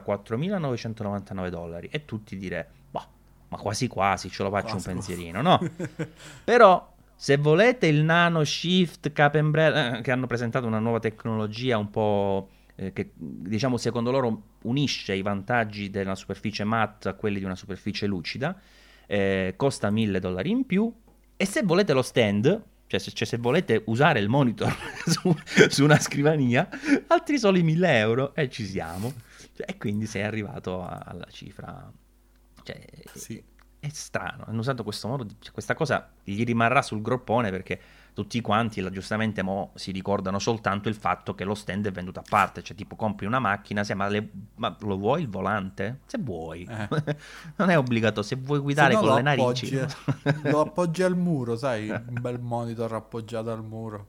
A: $4.999 e tutti dire, boh, ma quasi quasi ce lo faccio un
B: Quasi, quasi.
A: pensierino, no? Però se volete il Nano Shift Cap and che hanno presentato una nuova tecnologia un po' che diciamo secondo loro unisce i vantaggi della superficie matte a quelli di una superficie lucida, costa $1.000 in più e se volete lo stand, cioè se volete usare il monitor su una scrivania, altri soli 1.000 € e ci siamo. E quindi sei arrivato alla cifra. Cioè,
B: Sì.
A: è strano, hanno usato questo modo, cioè, questa cosa gli rimarrà sul groppone perché tutti quanti, giustamente, mo si ricordano soltanto il fatto che lo stand è venduto a parte, cioè tipo compri una macchina, sì, ma lo vuoi il volante? Se vuoi,
B: Eh.
A: non è obbligato, se vuoi
B: Se
A: guidare
B: no
A: con le narici, non lo so.
B: lo appoggi al muro, sai, un bel monitor appoggiato al muro.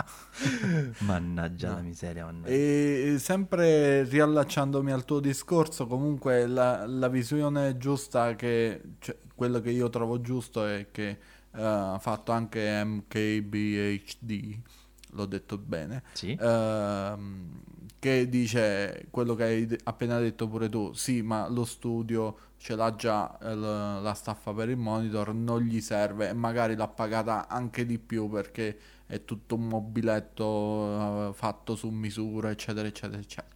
A: Mannaggia la
B: No.
A: miseria, mannaggia.
B: E sempre riallacciandomi al tuo discorso, comunque la visione giusta cioè, quello che io trovo giusto è che ha fatto anche MKBHD, l'ho detto bene,
A: Sì?
B: che dice quello che hai appena detto pure tu, sì, ma lo studio ce l'ha già la staffa per il monitor, non gli serve e magari l'ha pagata anche di più perché è tutto un mobiletto fatto su misura, eccetera, eccetera, eccetera.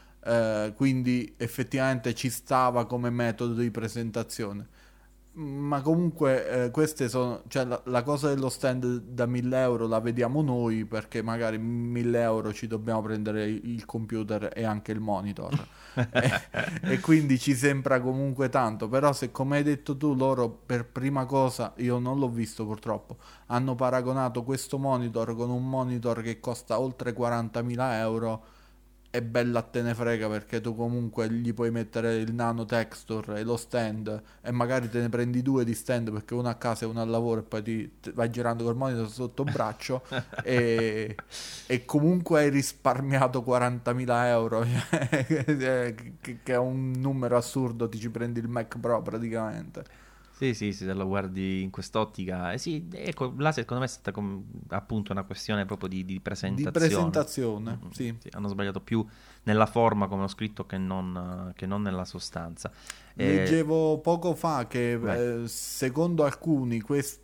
B: Quindi effettivamente ci stava come metodo di presentazione. Ma comunque queste sono, cioè la cosa dello stand da 1000 € la vediamo noi perché magari 1000 € ci dobbiamo prendere il computer e anche il monitor e, e quindi ci sembra comunque tanto, però se come hai detto tu loro per prima cosa, io non l'ho visto purtroppo, hanno paragonato questo monitor con un monitor che costa oltre 40.000 € è bella a te ne frega, perché tu comunque gli puoi mettere il nano texture e lo stand, e magari te ne prendi due di stand, perché uno a casa e uno al lavoro, e poi ti vai girando col monitor sotto braccio e comunque hai risparmiato 40.000 euro, che è un numero assurdo. Ti ci prendi il Mac Pro praticamente.
A: Sì, sì, sì, se lo guardi in quest'ottica, sì, ecco, là secondo me è stata appunto una questione proprio di
B: Di
A: presentazione.
B: presentazione, sì.
A: Sì, hanno sbagliato più nella forma, come ho scritto, che non nella sostanza. Eh,
B: Leggevo poco fa
A: vai.
B: che secondo alcuni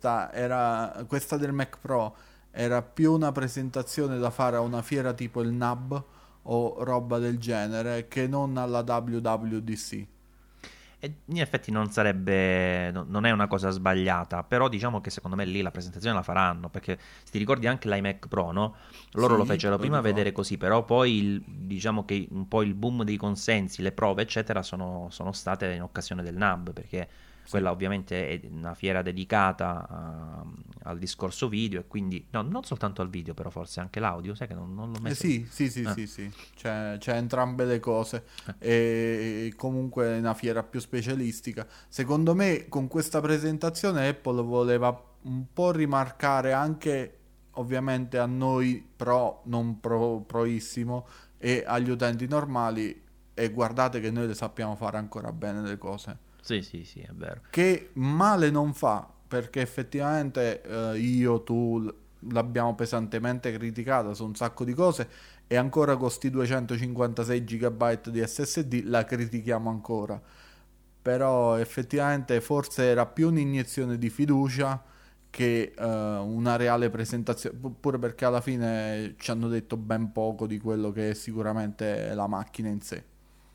B: questa del Mac Pro era più una presentazione da fare a una fiera tipo il NAB o roba del genere, che non alla WWDC.
A: E in effetti non sarebbe, non è una cosa sbagliata, però diciamo che secondo me lì la presentazione la faranno, perché se ti ricordi anche l'iMac Pro, no? Loro lo
B: Sì,
A: fecero
B: lo
A: prima vedere
B: ricordo.
A: così, però poi diciamo che un po' il boom dei consensi, le prove, eccetera, sono state in occasione del NAB, perché
B: Sì.
A: quella ovviamente è una fiera dedicata al discorso video e quindi, no, non soltanto al video, però forse anche l'audio, sai che non l'ho messo.
B: Sì, sì, sì,
A: Ah,
B: sì, sì. C'è entrambe le cose.
A: eh.
B: E comunque è una fiera più specialistica. Secondo me, con questa presentazione Apple voleva un po' rimarcare anche, ovviamente, a noi pro, non proissimo, e agli utenti normali. E guardate che noi le sappiamo fare ancora bene le cose.
A: Sì, sì, sì, è vero.
B: Che male non fa, perché effettivamente io, tu l'abbiamo pesantemente criticata su un sacco di cose, e ancora con sti 256 GB di SSD la critichiamo ancora. Però effettivamente forse era più un'iniezione di fiducia che una reale presentazione, pure perché alla fine ci hanno detto ben poco di quello che è sicuramente la macchina in sé.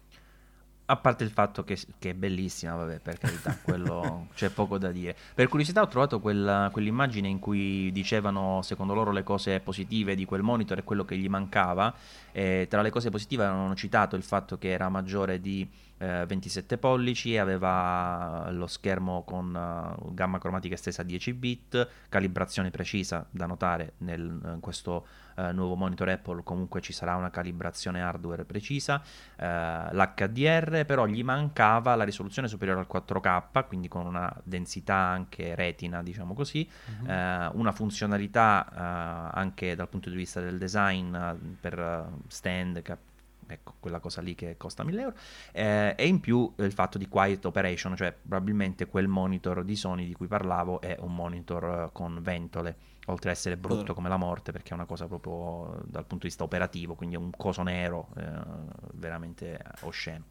A: A parte il fatto che è bellissima, vabbè, per carità, quello c'è poco da dire. Per curiosità ho trovato quell'immagine in cui dicevano, secondo loro, le cose positive di quel monitor e quello che gli mancava. E tra le cose positive avevano citato il fatto che era maggiore di 27 pollici, aveva lo schermo con gamma cromatica estesa a 10 bit, calibrazione precisa da notare in questo nuovo monitor Apple, comunque ci sarà una calibrazione hardware precisa, l'HDR, però gli mancava la risoluzione superiore al 4K, quindi con una densità anche retina, diciamo così,
B: Mhm.
A: una funzionalità anche dal punto di vista del design per stand, ecco, quella cosa lì che costa 1000 euro, e in più il fatto di quiet operation, cioè probabilmente quel monitor di Sony di cui parlavo è un monitor con ventole, oltre a essere brutto
B: Pot-
A: come la morte, perché è una cosa proprio dal punto di vista operativo, quindi è un coso nero veramente osceno.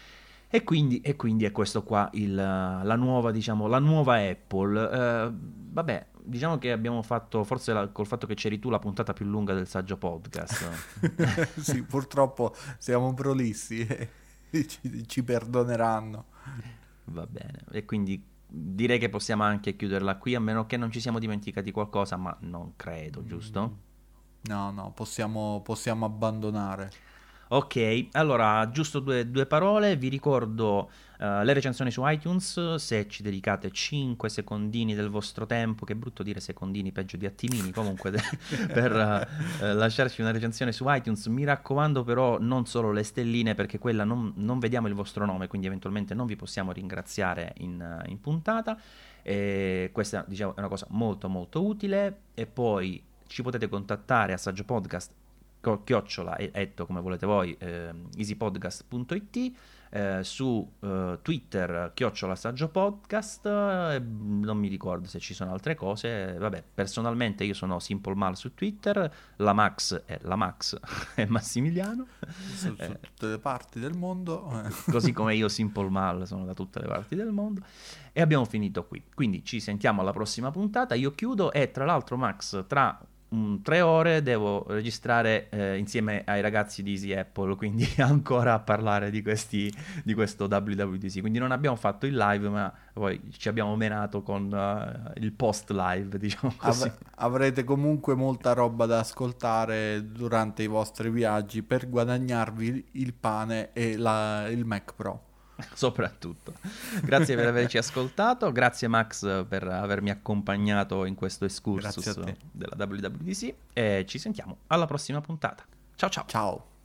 A: E quindi è questo qua la nuova, diciamo, la nuova Apple. Vabbè, diciamo che abbiamo fatto, forse col fatto che c'eri tu, la puntata più lunga del saggio podcast.
B: Sì, purtroppo siamo prolissi e ci perdoneranno.
A: Va bene. E quindi direi che possiamo anche chiuderla qui, a meno che non ci siamo dimenticati qualcosa, ma non credo,
B: Mm,
A: giusto?
B: no, no, possiamo abbandonare.
A: Ok, allora giusto due parole, vi ricordo le recensioni su iTunes, se ci dedicate 5 secondini del vostro tempo, che è brutto dire secondini, peggio di attimini, comunque per lasciarci una recensione su iTunes, mi raccomando però non solo le stelline, perché quella non vediamo il vostro nome, quindi eventualmente non vi possiamo ringraziare in puntata, e questa diciamo è una cosa molto molto utile, e poi ci potete contattare a saggio chiocciola etto come volete voi, easypodcast.it, su Twitter chiocciola saggio podcast, non mi ricordo se ci sono altre cose, vabbè, personalmente io sono Simple Mal su Twitter, la Max è la Max è Massimiliano,
B: Su tutte le parti del mondo.
A: così come io Simple Mal sono da tutte le parti del mondo, e abbiamo finito qui, quindi ci sentiamo alla prossima puntata, io chiudo, e tra l'altro Max, tra 3 ore devo registrare insieme ai ragazzi di Easy Apple, quindi ancora a parlare di questo WWDC. Quindi non abbiamo fatto il live, ma poi ci abbiamo menato con il post live, diciamo così.
B: Avrete comunque molta roba da ascoltare durante i vostri viaggi per guadagnarvi il pane e il Mac Pro.
A: Soprattutto. Grazie per averci ascoltato, grazie Max per avermi accompagnato in questo
B: Grazie a
A: excursus
B: te.
A: della WWDC, e ci sentiamo alla prossima puntata. Ciao ciao!
B: Ciao.